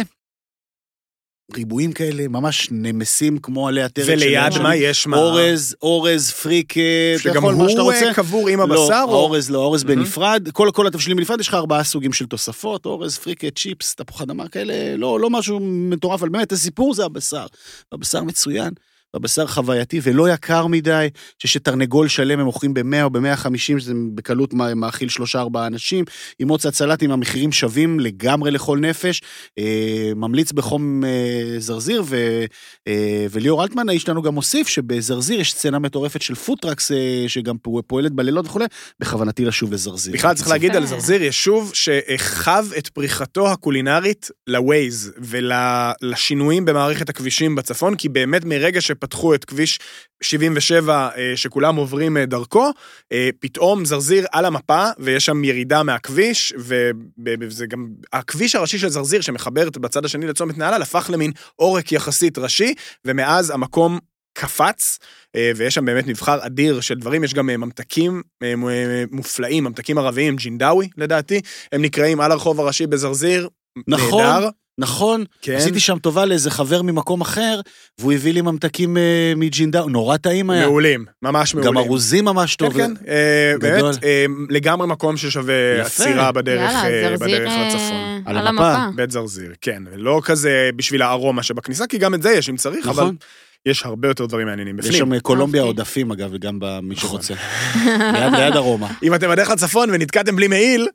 ריבועים כאלה, ממש נמסים כמו עלי הטרט. וליד מה יש מה? אורז, אורז, פריק, שגם הוא קבור עם הבשר? לא, אורז לא, אורז בנפרד, כל התבשילים בנפרד, יש לך ארבעה סוגים של תוספות, אורז, פריק, צ'יפס, תפוח אדמה כאלה, לא משהו מטורף, אבל באמת הסיפור זה הבשר, הבשר מצוין. בבשר חווייתי ולא יקר מדי, שתרנגול שלם הם מוכרים ב-מאה או ב-מאה וחמישים, שזה בקלות מאכיל שלושה ארבעה אנשים, עם עוד סלטים, המחירים שווים לגמרי לכל נפש, אה, ממליץ בחום אה, זרזיר, ו, אה, וליאור אלטמן, האיש לנו גם מוסיף, שבזרזיר יש סצנה מטורפת של פוטרקס, אה, שגם פועלת בלילות וכו', בכוונתי לשוב לזרזיר. בכלל צריך להגיד על זרזיר, ישוב שחב את פריחתו הקולינרית לווייז, ולשינויים במערכת הכבישים בצפון, כי באמת מרגע ש פתחו את כביש שבעים ושבע, שכולם עוברים דרכו, פתאום זרזיר על המפה, ויש שם ירידה מהכביש, וזה גם, הכביש הראשי של זרזיר, שמחברת בצד השני לצומת נהלל, הפך למין עורק יחסית ראשי, ומאז המקום קפץ, ויש שם באמת מבחר אדיר של דברים, יש גם ממתקים מופלאים, ממתקים ערביים, ג'ינדאווי לדעתי, הם נקראים על הרחוב הראשי בזרזיר, נכון. נהדר. נכון, כן. עשיתי שם טובה לאיזה חבר ממקום אחר, והוא הביא לי ממתקים אה, מג'ינדאו, נורא טעים היה. מעולים, ממש מעולים. גם ארוזים ממש טוב. כן, כן, אה, באמת, אה, לגמרי מקום ששווה עצירה בדרך, יאללה, בדרך אה, לצפון. על, על המפה. בית זרזיר, כן, לא כזה בשביל הארומה שבכניסה, כי גם את זה יש אם צריך, נכון. אבל... יש הרבה יותר דברים מעניינים בפנים. יש שם קולומביה עודפים, אגב, גם במי שרוצה. ליד ארומה. אם אתם בדרך לצפון ונתקעתם בלי מעיל,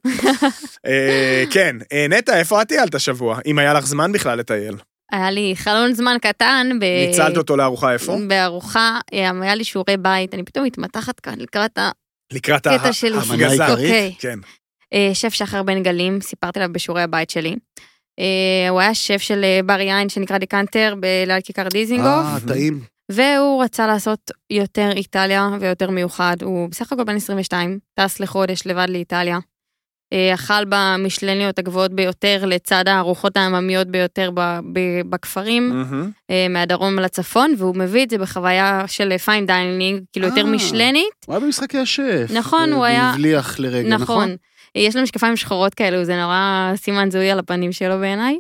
כן. נטע, איפה את טיילת השבוע? אם היה לך זמן בכלל לטייל. היה לי חלון זמן קטן. ניצלת אותו לארוחה איפה? בארוחה, היה לי שיעורי בית, אני פתאום מתמתחת כאן לקראת לקראת ההפגזה. כן. שף שחר בן גלים, סיפרתי לה בשיעורי הבית שלי. הוא היה שף של בר יין שנקרא דיקנטר בליד כיכר דיזינגוף. אה, טעים. והוא רצה לעשות יותר איטליה ויותר מיוחד. הוא בסך הכל בן עשרים ושתיים, טס לחודש לבד לאיטליה. אכל במשלניות הגבוהות ביותר לצד הארוחות העממיות ביותר בכפרים, מהדרום לצפון, והוא מביא את זה בחוויה של פיין דיינינג, כאילו יותר משלנית. הוא היה במשחקי השף. נכון, הוא היה... והבליח לרגע, נכון? יש לו משקפיים שחורות כאלו, זה נורא סימן זוהי על הפנים שלו בעיניי.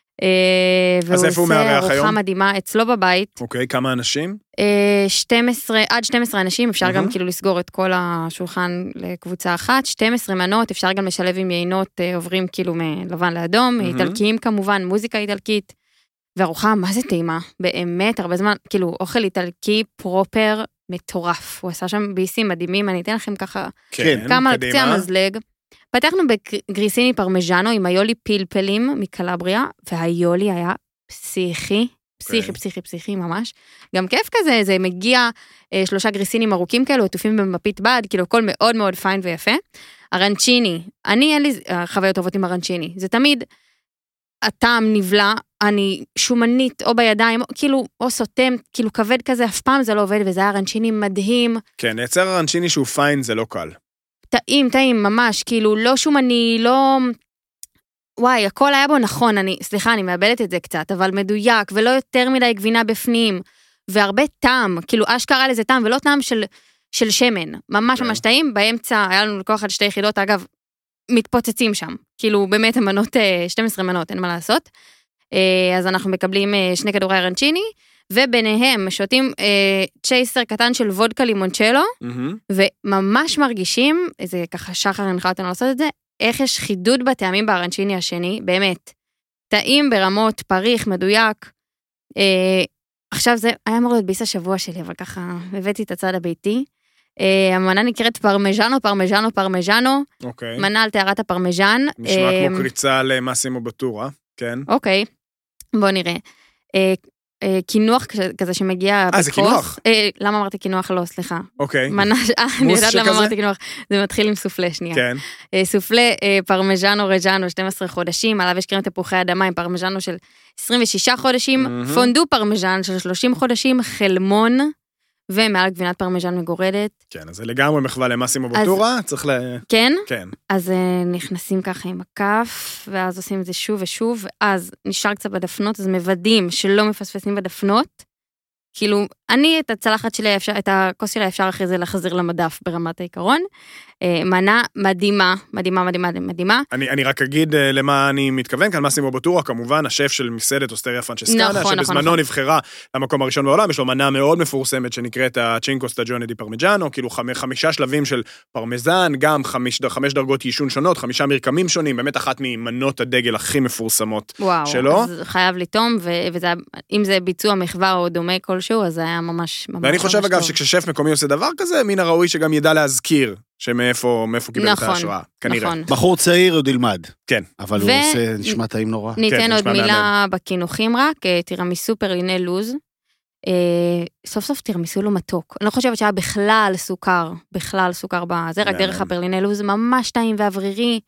אז איפה הוא מארח היום? והוא עושה ארוחה מדהימה אצלו בבית. אוקיי, כמה אנשים? שתים עשרה, עד שתים עשרה אנשים, אפשר גם כאילו לסגור את כל השולחן לקבוצה אחת, שתים עשרה מנות, אפשר גם לשלב עם יינות, עוברים כאילו מלבן לאדום, איטלקיים כמובן, מוזיקה איטלקית, וארוחה, מה זה טעימה? באמת, הרבה זמן, כאילו, אוכל איטלקי פרופר מטורף. הוא עשה שם ביסים מדהימים, אני אתן לכם ככה כמה על קצה המזלג. פתחנו בגריסיני פרמז'אנו עם היולי פלפלים מקלבריה, והיולי היה פסיכי, פסיכי, פסיכי, פסיכי ממש. גם כיף כזה, זה מגיע אה, שלושה גריסינים ארוכים כאלו, עטופים במפית בד, כאילו הכל מאוד מאוד פיין ויפה. הרנצ'יני, אני אין לי חוויות טובות עם הרנצ'יני, זה תמיד הטעם נבלע, אני שומנית או בידיים, כאילו, או סותם, כאילו כבד כזה, אף פעם זה לא עובד, וזה היה רנצ'יני מדהים. כן, לייצר הרנצ'יני שהוא פיין זה לא קל. טעים, טעים, ממש, כאילו, לא שומני, לא... וואי, הכל היה בו נכון, אני, סליחה, אני מאבדת את זה קצת, אבל מדויק, ולא יותר מדי גבינה בפנים, והרבה טעם, כאילו, אשכרה לזה טעם, ולא טעם של, של שמן, ממש ממש טעים, באמצע, היה לנו לקוח על שתי יחידות, אגב, מתפוצצים שם, כאילו, באמת, המנות, שתים עשרה מנות, אין מה לעשות, אז אנחנו מקבלים שני כדורי הרנצ'יני, וביניהם שותים אה, צ'ייסר קטן של וודקה לימונצ'לו, mm-hmm. וממש מרגישים, איזה ככה שחר הנחה אותנו לעשות את זה, איך יש חידוד בטעמים בארנצ'יני השני, באמת, טעים ברמות, פריך, מדויק, אה, עכשיו זה היה אמור להיות ביס השבוע שלי, אבל ככה הבאתי את הצד הביתי, אה, המנה נקראת פרמז'אנו, פרמז'אנו, פרמז'אנו, אוקיי. Okay. מנה על טהרת הפרמז'אן. נשמע אה, כמו קריצה למאסימו בטורה, כן. אוקיי, okay. בוא נראה. אה, קינוח כזה שמגיע בקרוס. אה, זה קינוח? למה אמרתי קינוח? לא, סליחה. אוקיי. מנש, אני יודעת למה אמרתי קינוח. זה מתחיל עם סופלה שנייה. כן. סופלה פרמז'אנו רג'אנו, שנים עשר חודשים, עליו יש קרים תפוחי אדמה עם פרמז'אנו של עשרים ושישה חודשים, פונדו פרמז'אן של שלושים חודשים, חלמון, ומעל גבינת פרמז'ן מגורדת. כן, אז זה לגמרי מחווה למאסימו בוטורה, צריך ל... כן? כן. אז נכנסים ככה עם הכף, ואז עושים את זה שוב ושוב, ואז נשאר קצת בדפנות, אז מוודאים שלא מפספסים בדפנות, כאילו, אני את הצלחת שלי, את הכוס שלי אפשר אחרי זה להחזיר למדף ברמת העיקרון. מנה מדהימה, מדהימה, מדהימה, מדהימה. אני, אני רק אגיד למה אני מתכוון, כאן מאסימו בוטורה, כמובן, השף של מסעדת אוסטריה פרנצ'סקנה, נכון, שבזמנו נכון, נבחרה למקום הראשון בעולם, יש לו מנה מאוד מפורסמת שנקראת הצ'ינקו סטאג'וני די פרמיג'אנו, כאילו חמישה שלבים של פרמזן, גם חמש, חמש דרגות יישון שונות, חמישה מרקמים שונים, באמת אחת ממנות הדגל הכי מפורסמות וואו, שלו. וואו, אז חייב לטום, ואם זה ביצוע מחווה או דומה כלשהו, אז זה היה ממש, ממש ואני חושב אגב שכששף מקומי עושה דבר כזה, מן הראוי שגם ידע להזכיר שמאיפה מאיפה קיבל את ההשראה, כנראה. בחור צעיר עוד ילמד. כן. אבל הוא עושה, נשמע טעים נורא. ניתן עוד מילה בכינוחים רק, תירמיסו פרליני לוז. סוף סוף תירמיסו לו מתוק. אני לא חושבת שהיה בכלל סוכר, בכלל סוכר בזה, רק דרך הפרליני לוז, ממש טעים ואוורירי.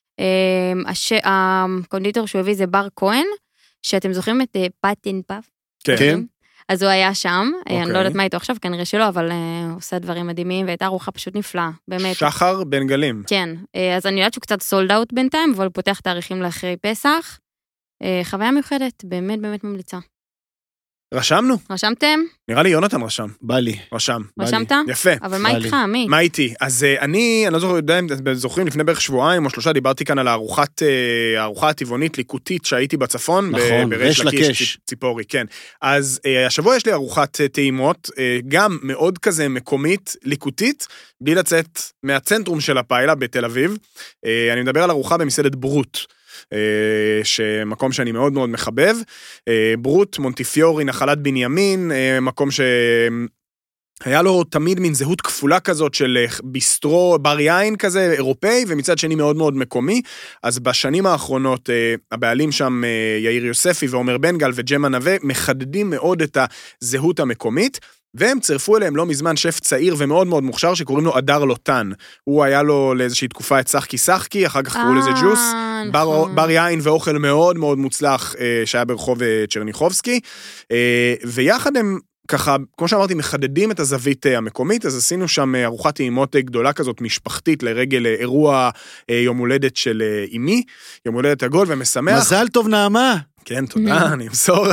הקונדיטור שהוא הביא זה בר כהן, שאתם זוכרים את פטין פאף? כן. אז הוא היה שם, אני לא יודעת מה איתו עכשיו, כנראה שלא, אבל הוא עושה דברים מדהימים, והייתה ארוחה פשוט נפלאה, באמת. שחר בן גלים. כן, אז אני יודעת שהוא קצת סולד אאוט בינתיים, אבל הוא פותח תאריכים לאחרי פסח. חוויה מיוחדת, באמת באמת ממליצה. רשמנו? רשמתם? נראה לי יונתן רשם. בא לי. רשם. רשמת? יפה. אבל מה איתך, מי? מה איתי? אז אני, אני לא זוכר, יודע אם אתם זוכרים, לפני בערך שבועיים או שלושה, דיברתי כאן על הארוחת, הארוחה הטבעונית ליקוטית שהייתי בצפון. נכון, רש לקיש. ציפורי, כן. אז השבוע יש לי ארוחת טעימות, גם מאוד כזה מקומית, ליקוטית, בלי לצאת מהצנטרום של הפיילה בתל אביב. אני מדבר על ארוחה במסעדת ברוט. שמקום שאני מאוד מאוד מחבב, ברוט, מונטיפיורי, נחלת בנימין, מקום שהיה לו תמיד מין זהות כפולה כזאת של ביסטרו, בר יין כזה, אירופאי, ומצד שני מאוד מאוד מקומי, אז בשנים האחרונות הבעלים שם יאיר יוספי ועומר בנגל וג'מה נווה מחדדים מאוד את הזהות המקומית, והם צירפו אליהם לא מזמן שף צעיר ומאוד מאוד מוכשר שקוראים לו אדר לוטן. הוא היה לו לאיזושהי תקופה את שחקי שחקי, אחר כך קראו לזה ג'וס, בר, בר יין ואוכל מאוד מאוד מוצלח שהיה ברחוב צ'רניחובסקי, ויחד הם ככה, כמו שאמרתי, מחדדים את הזווית המקומית, אז עשינו שם ארוחת טעימות גדולה כזאת משפחתית לרגל אירוע יום הולדת של אמי, יום הולדת עגול ומשמח. מזל טוב נעמה. כן, תודה, אני אמסור.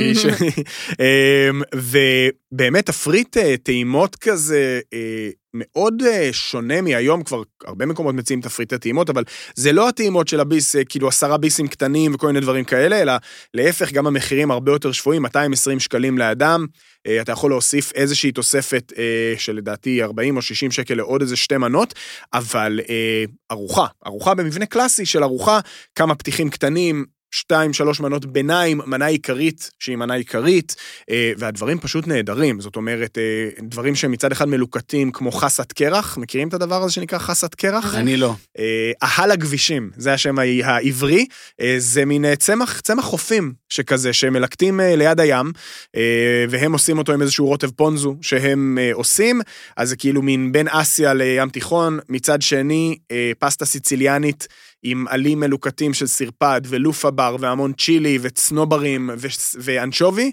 ובאמת, תפריט טעימות כזה מאוד שונה מהיום, כבר הרבה מקומות מציעים תפריט הטעימות, אבל זה לא הטעימות של הביס, כאילו עשרה ביסים קטנים וכל מיני דברים כאלה, אלא להפך, גם המחירים הרבה יותר שפויים, מאתיים ועשרים שקלים לאדם, אתה יכול להוסיף איזושהי תוספת שלדעתי ארבעים או שישים שקל לעוד איזה שתי מנות, אבל ארוחה, ארוחה במבנה קלאסי של ארוחה, כמה פתיחים קטנים, שתיים, שלוש מנות ביניים, מנה עיקרית, שהיא מנה עיקרית, והדברים פשוט נהדרים, זאת אומרת, דברים שמצד אחד מלוקטים, כמו חסת קרח, מכירים את הדבר הזה שנקרא חסת קרח? אני לא. אהל הגבישים, זה השם העברי, זה מין צמח, צמח חופים שכזה, שמלקטים ליד הים, והם עושים אותו עם איזשהו רוטב פונזו, שהם עושים, אז זה כאילו מין בין אסיה לים תיכון, מצד שני, פסטה סיציליאנית, עם עלים מלוקטים של סרפד, ולופה בר, והמון צ'ילי, וצנוברים, ואנשובי,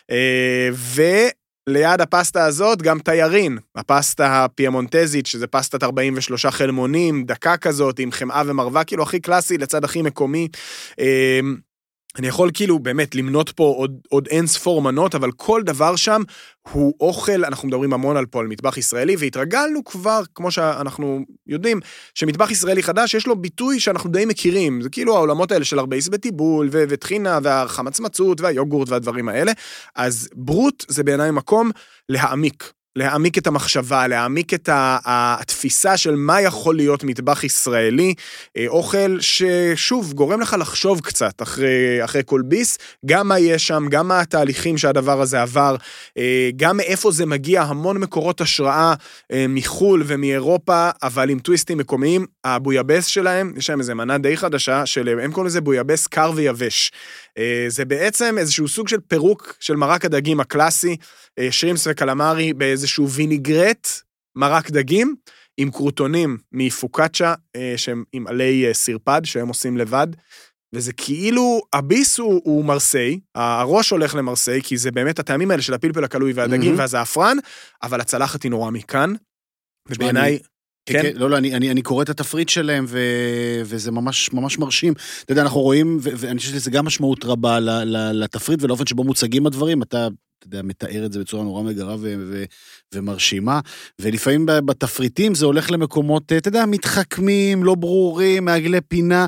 וליד הפסטה הזאת גם תיירין, הפסטה הפיאמונטזית, שזה פסטת ארבעים ושלושה חלמונים, דקה כזאת, עם חמאה ומרווה, כאילו הכי קלאסי, לצד הכי מקומי, אני יכול כאילו באמת למנות פה עוד, עוד אין ספור מנות, אבל כל דבר שם הוא אוכל, אנחנו מדברים המון על פה על מטבח ישראלי, והתרגלנו כבר, כמו שאנחנו יודעים, שמטבח ישראלי חדש, יש לו ביטוי שאנחנו די מכירים, זה כאילו העולמות האלה של ארבעיס בטיבול, ו- וטחינה, והחמצמצות, והיוגורט, והדברים האלה, אז ברוט זה בעיניי מקום להעמיק, להעמיק את המחשבה, להעמיק את התפיסה של מה יכול להיות מטבח ישראלי, אוכל ששוב גורם לך לחשוב קצת אחרי, אחרי כל ביס, גם מה יש שם, גם מה התהליכים שהדבר הזה עבר, גם מאיפה זה מגיע, המון מקורות השראה מחול ומאירופה, אבל עם טוויסטים מקומיים, הבויאבס שלהם, יש להם איזו מנה די חדשה, הם קוראים לזה בויאבס קר ויבש. זה בעצם איזשהו סוג של פירוק של מרק הדגים הקלאסי, שרימפס וקלמרי באיזשהו ויניגרט, מרק דגים, עם קרוטונים מפוקצ'ה, שהם עם עלי סירפד, שהם עושים לבד, וזה כאילו, הביס הוא, הוא מרסיי, הראש הולך למרסיי, כי זה באמת הטעמים האלה של הפלפל הקלוי והדגים mm-hmm. והזעפרן, אבל הצלחת היא נורא מכאן, ובעיניי... כן? כן, לא, לא, אני, אני, אני קורא את התפריט שלהם, ו, וזה ממש, ממש מרשים. אתה יודע, אנחנו רואים, ו, ואני חושב שזה גם משמעות רבה ל, ל, לתפריט, ולאופן שבו מוצגים הדברים, אתה, אתה יודע, מתאר את זה בצורה נורא מגרה ו, ו, ומרשימה, ולפעמים בתפריטים זה הולך למקומות, אתה יודע, מתחכמים, לא ברורים, מעגלי פינה,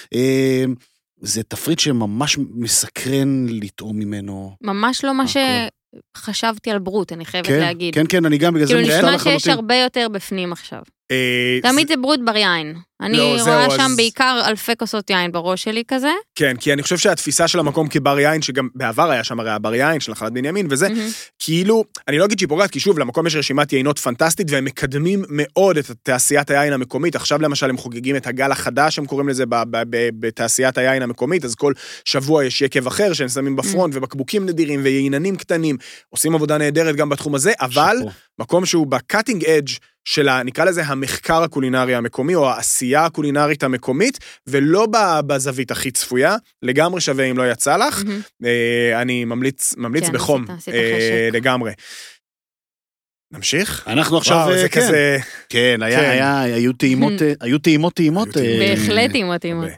זה תפריט שממש מסקרן לטעום ממנו. ממש לא מה ש... חשבתי על ברוט, אני חייבת כן, להגיד. כן, כן, אני גם בגלל כאילו זה נשמע לחלוטין. שיש הרבה יותר בפנים עכשיו. תמיד זה ברוט בר יין. אני לא, רואה שם אז... בעיקר אלפי כוסות יין בראש שלי כזה. כן, כי אני חושב שהתפיסה של המקום כבר יין, שגם בעבר היה שם הרי הבר יין של נחלת בנימין, וזה mm-hmm. כאילו, אני לא אגיד שהיא פוגעת, כי שוב, למקום יש רשימת יינות פנטסטית, והם מקדמים מאוד את תעשיית היין המקומית. עכשיו למשל הם חוגגים את הגל החדש, הם קוראים לזה בתעשיית היין המקומית, אז כל שבוע יש יקב אחר שהם שמים בפרונט, mm-hmm. ובקבוקים נדירים וייננים קטנים, עושים עבודה נהדרת גם בתחום הזה, אבל מקום שהוא בקאטינג אדג' של, נקרא לזה, המחקר הקולינרי המקומי, או העשייה הקולינרית המקומית, ולא בזווית הכי צפויה, לגמרי שווה אם לא יצא לך, mm-hmm. אני ממליץ, ממליץ כן, בחום, עשית, עשית לגמרי. נמשיך? אנחנו עכשיו, וואו, זה כן. כזה... כן, היה, כן. היה, היו טעימות, היו טעימות, טעימות. בהחלט טעימות, טעימות.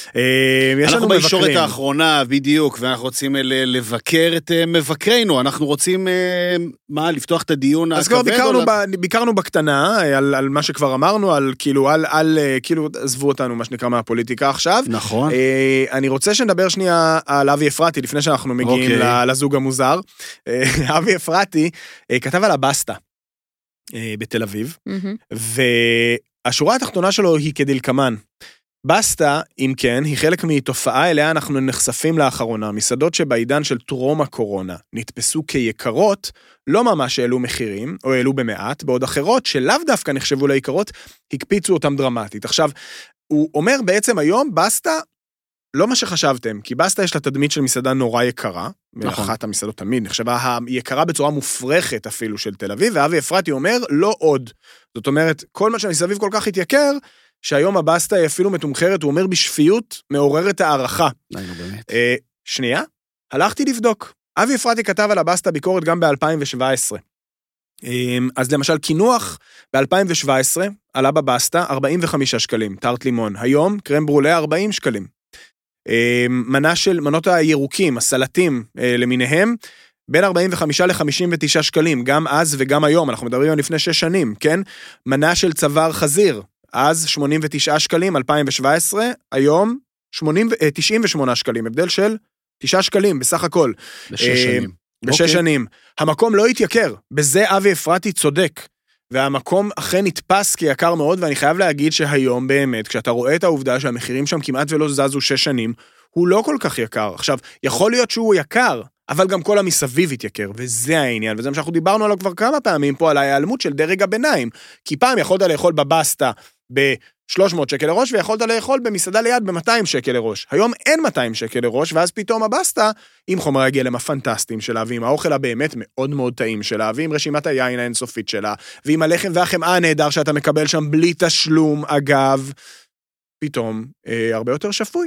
אנחנו בישורת האחרונה, בדיוק, ואנחנו רוצים לבקר את מבקרינו, אנחנו רוצים, מה, לפתוח את הדיון אז כבר ביקרנו בקטנה, על מה שכבר אמרנו, על כאילו, על, כאילו, עזבו אותנו, מה שנקרא מהפוליטיקה עכשיו. נכון. אני רוצה שנדבר שנייה על אבי אפרתי, לפני שאנחנו מגיעים לזוג המוזר. אבי אפרתי כתב על הבסטה. בתל אביב, mm-hmm. והשורה התחתונה שלו היא כדלקמן. בסטה, אם כן, היא חלק מתופעה אליה אנחנו נחשפים לאחרונה. מסעדות שבעידן של טרום הקורונה נתפסו כיקרות, לא ממש העלו מחירים, או העלו במעט, בעוד אחרות שלאו דווקא נחשבו ליקרות, הקפיצו אותם דרמטית. עכשיו, הוא אומר בעצם היום, בסטה, לא מה שחשבתם, כי בסטה יש לה תדמית של מסעדה נורא יקרה, נכון. מאחת המסעדות תמיד, נחשבה היקרה בצורה מופרכת אפילו של תל אביב, ואבי אפרתי אומר, לא עוד. זאת אומרת, כל מה שמסביב כל כך התייקר, שהיום הבסטה היא אפילו מתומחרת, הוא אומר בשפיות, מעוררת הערכה. לא, באמת. אה, שנייה, הלכתי לבדוק. אבי אפרתי כתב על הבסטה ביקורת גם ב-אלפיים שבע עשרה. אה, אז למשל, כינוח ב-אלפיים שבע עשרה, עלה בבסטה ארבעים וחמישה שקלים, טארט לימון. היום, קרם ברולה ארבעים שקלים. מנה של מנות הירוקים, הסלטים למיניהם, בין ארבעים וחמישה ל-חמישים ותשעה שקלים, גם אז וגם היום, אנחנו מדברים על לפני שש שנים, כן? מנה של צוואר חזיר, אז שמונים ותשעה שקלים, אלפיים שבע עשרה, היום תשעים ושמונה שקלים, הבדל של תשעה שקלים בסך הכל. בשש שנים. בשש שנים. המקום לא התייקר, בזה אבי אפרתי צודק. והמקום אכן נתפס כיקר מאוד, ואני חייב להגיד שהיום באמת, כשאתה רואה את העובדה שהמחירים שם כמעט ולא זזו שש שנים, הוא לא כל כך יקר. עכשיו, יכול להיות שהוא יקר, אבל גם כל המסביב יתייקר, וזה העניין, וזה מה שאנחנו דיברנו עליו כבר כמה פעמים פה, על ההיעלמות של דרג הביניים, כי פעם יכולת לאכול בבסטה ב-שלוש מאות שקל לראש, ויכולת לאכול במסעדה ליד ב-מאתיים שקל לראש. היום אין מאתיים שקל לראש, ואז פתאום הבסטה, עם חומרי הגלם הפנטסטיים שלה, ועם האוכל הבאמת מאוד מאוד טעים שלה, ועם רשימת היין האינסופית שלה, ועם הלחם והחמאה הנהדר שאתה מקבל שם בלי תשלום, אגב, פתאום אה, הרבה יותר שפוי.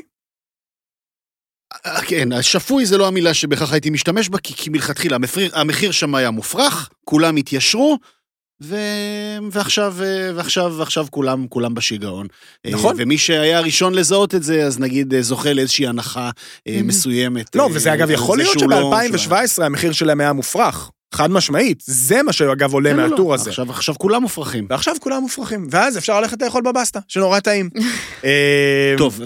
כן, השפוי זה לא המילה שבכך הייתי משתמש בה, כי, כי מלכתחילה, המחיר, המחיר שם היה מופרך, כולם התיישרו, ו... ועכשיו, ועכשיו, ועכשיו כולם, כולם בשיגעון. נכון. ומי שהיה הראשון לזהות את זה, אז נגיד זוכה לאיזושהי הנחה מסוימת. לא, וזה אגב יכול להיות שב-אלפיים שבע עשרה המחיר שלהם היה מופרך. חד משמעית, זה מה שאגב עולה מהטור הזה. עכשיו, עכשיו כולם מופרכים. ועכשיו כולם מופרכים, ואז אפשר ללכת לאכול בבסטה, שנורא טעים. טוב,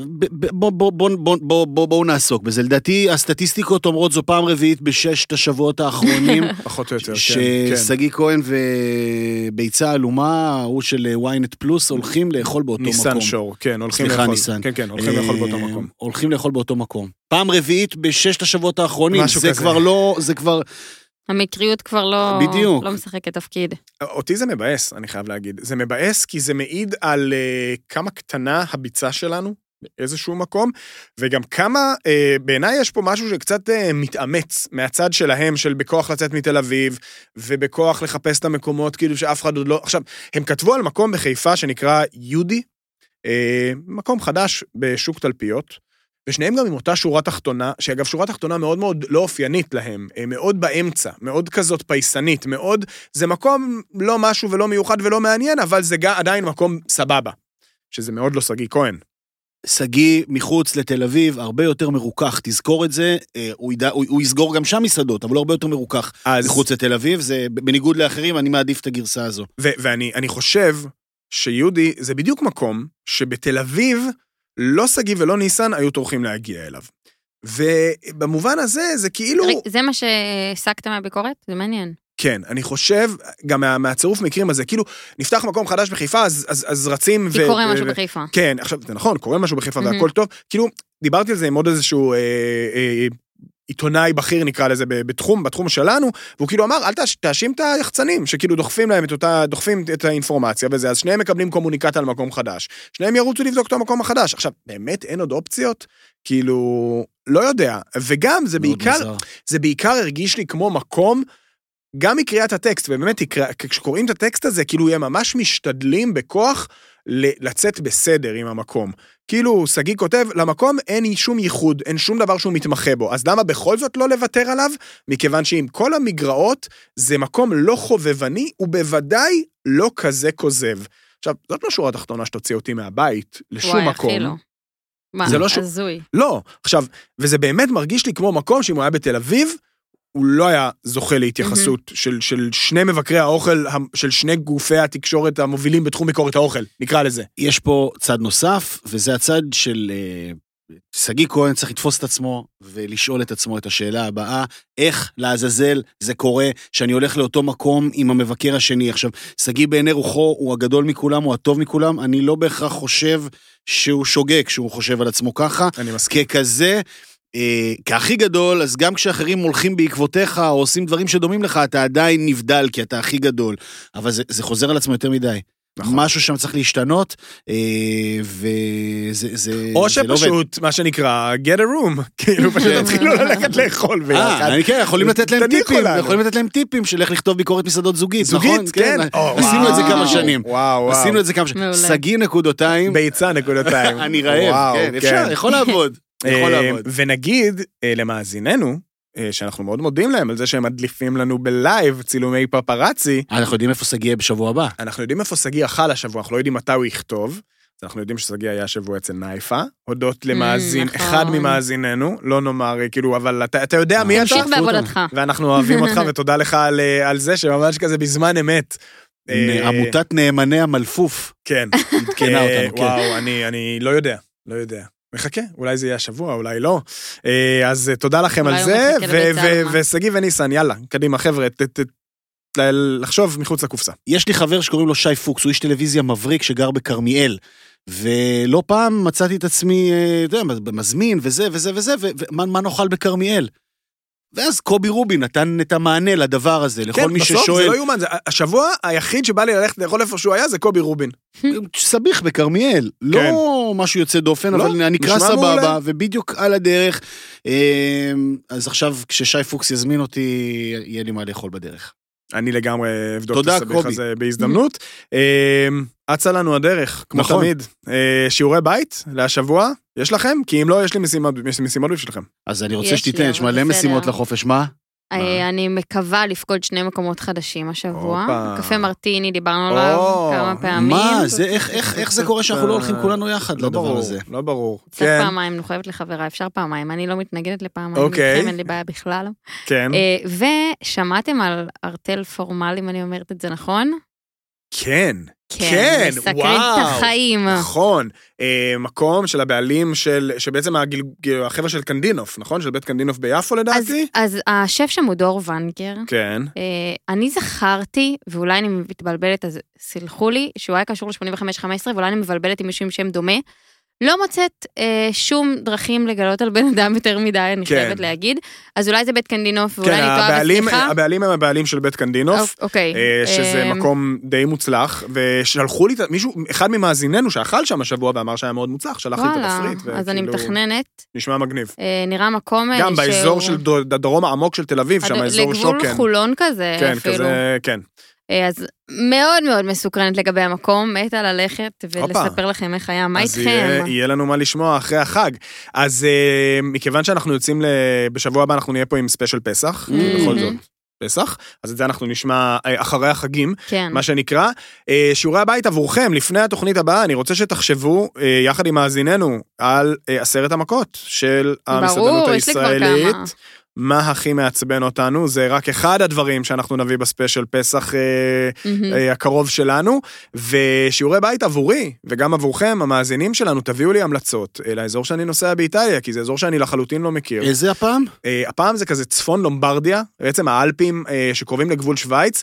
בואו נעסוק בזה. לדעתי, הסטטיסטיקות אומרות זו פעם רביעית בששת השבועות האחרונים. פחות או יותר, כן. שסגי כהן וביצה אלומה, הוא של וויינט פלוס, הולכים לאכול באותו מקום. ניסן שור, כן, הולכים לאכול. כן, כן, הולכים לאכול באותו מקום. הולכים לאכול באותו מקום. פעם רביעית בששת השבועות האחרונים, זה כבר לא, זה כבר... המקריות כבר לא, בדיוק. לא משחקת תפקיד. אותי זה מבאס, אני חייב להגיד. זה מבאס כי זה מעיד על uh, כמה קטנה הביצה שלנו, באיזשהו מקום, וגם כמה, uh, בעיניי יש פה משהו שקצת uh, מתאמץ מהצד שלהם, של בכוח לצאת מתל אביב, ובכוח לחפש את המקומות, כאילו שאף אחד עוד לא... עכשיו, הם כתבו על מקום בחיפה שנקרא יודי, uh, מקום חדש בשוק תלפיות, ושניהם גם עם אותה שורה תחתונה, שאגב שורה תחתונה מאוד מאוד לא אופיינית להם, מאוד באמצע, מאוד כזאת פייסנית, מאוד, זה מקום לא משהו ולא מיוחד ולא מעניין, אבל זה עדיין מקום סבבה, שזה מאוד לא סגי כהן. סגי מחוץ לתל אביב, הרבה יותר מרוכך, תזכור את זה, הוא, ידע, הוא, הוא יסגור גם שם מסעדות, אבל הוא הרבה יותר מרוכך אז... מחוץ לתל אביב, זה בניגוד לאחרים, אני מעדיף את הגרסה הזו. ו- ואני אני חושב שיהודי זה בדיוק מקום שבתל אביב, לא סגי ולא ניסן היו טורחים להגיע אליו. ובמובן הזה, זה כאילו... זה מה שהסקת מהביקורת? זה מעניין. כן, אני חושב, גם מה, מהצירוף מקרים הזה, כאילו, נפתח מקום חדש בחיפה, אז, אז, אז רצים... כי ו- קורה ו- משהו ו- בחיפה. כן, עכשיו, זה נכון, קורה משהו בחיפה, והכל טוב. כאילו, דיברתי על זה עם עוד איזשהו... אה, אה, עיתונאי בכיר נקרא לזה בתחום, בתחום שלנו, והוא כאילו אמר, אל תאשים את היחצנים, שכאילו דוחפים להם את אותה, דוחפים את האינפורמציה וזה, אז שניהם מקבלים קומוניקט על מקום חדש, שניהם ירוצו לבדוק את המקום החדש. עכשיו, באמת אין עוד אופציות? כאילו, לא יודע, וגם זה בעיקר, זה בעיקר הרגיש לי כמו מקום, גם מקריאת הטקסט, ובאמת, כשקוראים את הטקסט הזה, כאילו הם ממש משתדלים בכוח לצאת בסדר עם המקום. כאילו, סגי כותב, למקום אין שום ייחוד, אין שום דבר שהוא מתמחה בו, אז למה בכל זאת לא לוותר עליו? מכיוון שעם כל המגרעות, זה מקום לא חובבני, ובוודאי לא כזה כוזב. עכשיו, זאת לא שורה תחתונה שתוציא אותי מהבית, לשום וואי, מקום. אחי לא. מה, זה לא הזוי. לא, עכשיו, וזה באמת מרגיש לי כמו מקום, שאם הוא היה בתל אביב, הוא לא היה זוכה להתייחסות mm-hmm. של, של שני מבקרי האוכל, של שני גופי התקשורת המובילים בתחום ביקורת האוכל, נקרא לזה. יש פה צד נוסף, וזה הצד של uh, סגי כהן צריך לתפוס את עצמו, ולשאול את עצמו את השאלה הבאה, איך לעזאזל זה קורה, שאני הולך לאותו מקום עם המבקר השני. עכשיו, סגי בעיני רוחו הוא הגדול מכולם, הוא הטוב מכולם, אני לא בהכרח חושב שהוא שוגג, כשהוא חושב על עצמו ככה. אני מסכים. ככזה, כהכי גדול, אז גם כשאחרים הולכים בעקבותיך, או עושים דברים שדומים לך, אתה עדיין נבדל, כי אתה הכי גדול. אבל זה, זה חוזר על עצמו יותר מדי. נכון. משהו שם צריך להשתנות, וזה זה, או זה שפשוט, לא מה שנקרא, get a room, כאילו פשוט תתחילו ללכת לאכול ביחד. אני כן, יכולים לתת להם טיפים, יכולים לתת להם טיפים של איך לכתוב ביקורת מסעדות זוגית, נכון? זוגית, כן. עשינו את זה כמה שנים. וואו, וואו. עשינו את זה כמה שנים. סגי נקודותיים. ביצה נקודותיים. אני רעב, כן, אפשר, יכול לעבוד. יכול לעבוד. ונגיד, למאזיננו, שאנחנו מאוד מודים להם על זה שהם מדליפים לנו בלייב צילומי פפרצי. אנחנו יודעים איפה סגי בשבוע הבא. אנחנו יודעים איפה סגי אכל השבוע, אנחנו לא יודעים מתי הוא יכתוב, אנחנו יודעים שסגי היה שבוע אצל נייפה, הודות למאזין, אחד ממאזיננו, לא נאמר, כאילו, אבל אתה, אתה יודע מי אתה? תמשיך בעבודתך. ואנחנו אוהבים אותך, ותודה לך על, על זה, שממש כזה בזמן אמת. עמותת נאמני המלפוף. כן. עדכנה אותנו, כן. וואו, אני, אני לא יודע, לא יודע. מחכה, אולי זה יהיה השבוע, אולי לא. אז תודה לכם על זה, וסגי וניסן, יאללה, קדימה, חבר'ה, לחשוב מחוץ לקופסה. יש לי חבר שקוראים לו שי פוקס, הוא איש טלוויזיה מבריק שגר בקרמיאל, ולא פעם מצאתי את עצמי, אתה יודע, מזמין וזה וזה וזה, ומה נאכל בקרמיאל? ואז קובי רובי נתן את המענה לדבר הזה, לכל מי ששואל. כן, בסוף זה לא יומן, השבוע היחיד שבא לי ללכת לאכול איפה שהוא היה, זה קובי רובין. סביך בקרמיאל, לא משהו יוצא דופן, אבל אני נקרא סבבה, ובדיוק על הדרך, אז עכשיו כששי פוקס יזמין אותי, יהיה לי מה לאכול בדרך. אני לגמרי אבדוק את הסביך הזה בהזדמנות. אצה לנו הדרך, כמו תמיד. שיעורי בית להשבוע, יש לכם? כי אם לא, יש לי משימות בשבילכם. אז אני רוצה שתיתן, יש מלא משימות לחופש, מה? אני מקווה לפקוד שני מקומות חדשים השבוע. קפה מרטיני, דיברנו עליו כמה פעמים. מה? איך זה קורה שאנחנו לא הולכים כולנו יחד לדבר הזה? לא ברור. קצת פעמיים, אני חייבת לחברה, אפשר פעמיים. אני לא מתנגדת לפעמיים, איתכם אין לי בעיה בכלל. כן. ושמעתם על ארטל פורמל, אם אני אומרת את זה נכון? כן. כן, מסקרים את החיים. נכון, מקום של הבעלים של, שבעצם החבר'ה של קנדינוף, נכון? של בית קנדינוף ביפו לדעתי? אז השף שם הוא דור ונגר. כן. אני זכרתי, ואולי אני מתבלבלת, אז סלחו לי, שהוא היה קשור ל-שמונים וחמש חמש עשרה, ואולי אני מבלבלת עם מישהו עם שם דומה, לא מוצאת אה, שום דרכים לגלות על בן אדם יותר מדי, אני כן. חייבת להגיד. אז אולי זה בית קנדינוף, ואולי כן, אני טועה בסליחה. הבעלים הם הבעלים של בית קנדינוף, אוקיי. אה, שזה אה... מקום די מוצלח, ושלחו לי, מישהו, אחד ממאזיננו שאכל שם השבוע ואמר שהיה מאוד מוצלח, שלח לי את התפריט. אז וכאילו, אני מתכננת. נשמע מגניב. אה, נראה מקום... גם שהוא... באזור של הדרום העמוק של תל אביב, שם האזור שוקן. לגבול חולון כזה כן, אפילו. כזה, כן. אז מאוד מאוד מסוקרנת לגבי המקום, מתה ללכת ולספר לכם איך היה, מה איתכם? אז יהיה לנו מה לשמוע אחרי החג. אז מכיוון שאנחנו יוצאים, בשבוע הבא אנחנו נהיה פה עם ספיישל פסח, בכל זאת פסח, אז את זה אנחנו נשמע אחרי החגים, מה שנקרא. שיעורי הבית עבורכם, לפני התוכנית הבאה, אני רוצה שתחשבו יחד עם מאזיננו על עשרת המכות של המסעדנות הישראלית. מה הכי מעצבן אותנו, זה רק אחד הדברים שאנחנו נביא בספיישל פסח mm-hmm. הקרוב שלנו, ושיעורי בית עבורי, וגם עבורכם, המאזינים שלנו, תביאו לי המלצות לאזור שאני נוסע באיטליה, כי זה אזור שאני לחלוטין לא מכיר. איזה הפעם? הפעם זה כזה צפון לומברדיה, בעצם האלפים שקרובים לגבול שוויץ,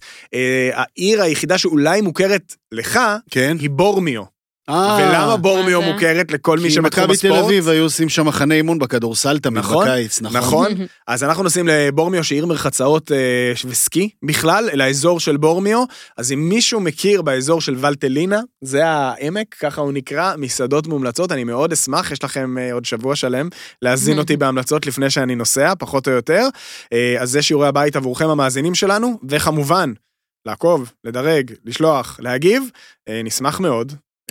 העיר היחידה שאולי מוכרת לך, כן. היא בורמיו. ולמה בורמיו מוכרת לכל מי שמתחום הספורט? כי מכבי תל אביב היו עושים שם מחנה אימון בכדורסל תמיד בקיץ, נכון? נכון, אז אנחנו נוסעים לבורמיו שעיר מרחצאות וסקי בכלל, אל האזור של בורמיו, אז אם מישהו מכיר באזור של ולטלינה, זה העמק, ככה הוא נקרא, מסעדות מומלצות, אני מאוד אשמח, יש לכם עוד שבוע שלם להזין אותי בהמלצות לפני שאני נוסע, פחות או יותר, אז זה שיעורי הבית עבורכם המאזינים שלנו, וכמובן, לעקוב, לדרג, לשלוח, להגיב, נשמח מאוד.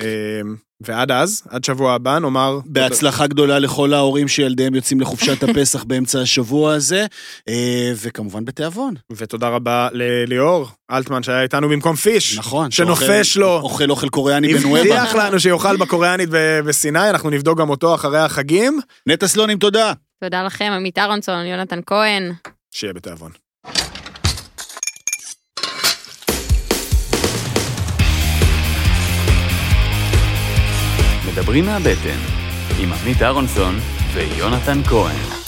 ועד אז, עד שבוע הבא, נאמר... בהצלחה גדולה לכל ההורים שילדיהם יוצאים לחופשת הפסח באמצע השבוע הזה, וכמובן בתיאבון. ותודה רבה לליאור אלטמן שהיה איתנו במקום פיש. נכון. שנופש לו. אוכל אוכל קוריאני בנואבה. הבטיח לנו שיוכל בקוריאנית בסיני, אנחנו נבדוק גם אותו אחרי החגים. נטע סלונים, תודה. תודה לכם, עמית אהרונסון, יונתן כהן. שיהיה בתיאבון. מדברים מהבטן, עם עמית אהרונסון ויונתן כהן.